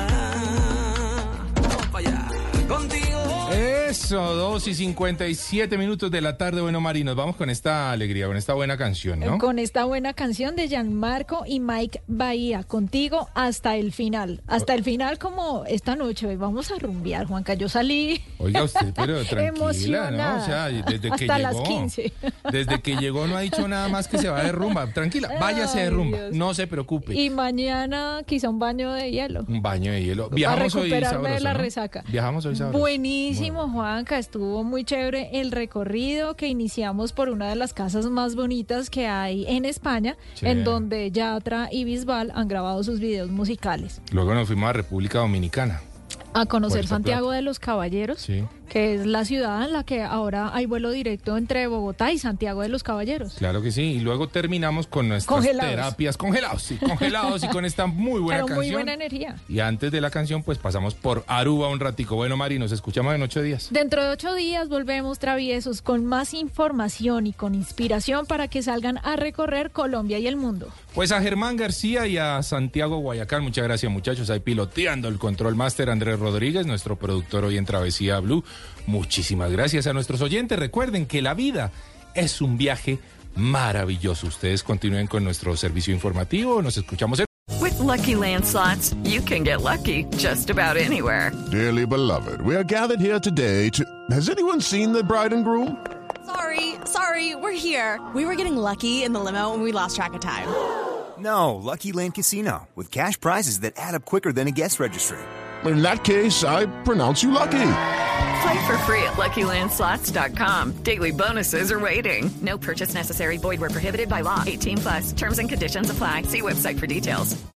C: Vamos para allá, contigo.
D: Eso, 2:57 de la tarde. Bueno, Mari, nos vamos con esta alegría, con esta buena canción, ¿no?
E: Con esta buena canción de Gianmarco y Mike Bahía, Contigo hasta el final. Hasta el final, como esta noche. Hoy vamos a rumbear, Juanca. Yo salí.
D: Oiga usted, pero tranquila,
E: emocionada.
D: ¿no? O sea, desde que
E: hasta
D: llegó.
E: las 15.
D: Desde que llegó no ha dicho nada más que se va de rumba. Tranquila, váyase de rumba.
E: Dios.
D: No se preocupe.
E: Y mañana quizá un baño de hielo.
D: Un baño de hielo. Viajamos
E: para recuperarme
D: hoy sabroso,
E: de la
D: ¿no?
E: resaca.
D: Viajamos hoy sabroso.
E: Buenísimo, Juanca. Estuvo muy chévere el recorrido que iniciamos por una de las casas más bonitas que hay en España,
D: Sí.
E: en donde Yatra y Bisbal han grabado sus videos musicales.
D: Luego nos fuimos a República Dominicana.
E: A conocer
D: Puerto
E: Santiago
D: Plata.
E: de los Caballeros,
D: Sí.
E: que es la ciudad en la que ahora hay vuelo directo entre Bogotá y Santiago de los Caballeros.
D: Claro que sí. Y luego terminamos con nuestras
E: Congelados.
D: terapias congelados y con esta muy buena
E: Pero
D: canción.
E: muy buena energía.
D: Y antes de la canción, pues pasamos por Aruba un ratico. Bueno, Mari, nos escuchamos en 8 días.
E: Dentro de 8 días volvemos, traviesos, con más información y con inspiración para que salgan a recorrer Colombia y el mundo.
D: Pues a Germán García y a Santiago Guayacán, muchas gracias, muchachos. Ahí piloteando el control máster Andrés Rodríguez, nuestro productor hoy en Travesía Blue. Muchísimas gracias a nuestros oyentes. Recuerden que la vida es un viaje maravilloso. Ustedes continúen con nuestro servicio informativo. Nos escuchamos en...
N: With Lucky Land Slots, you can get lucky just about anywhere.
R: Dearly beloved, we are gathered here today to... Has anyone seen the bride and groom?
S: Sorry, we're here. We were getting lucky in the limo and we lost track of time.
T: No, Lucky Land Casino, with cash prizes that add up quicker than a guest registry.
R: In that case, I pronounce you lucky.
N: Play for free at LuckyLandSlots.com. Daily bonuses are waiting. No purchase necessary. Void where prohibited by law. 18+. Terms and conditions apply. See website for details.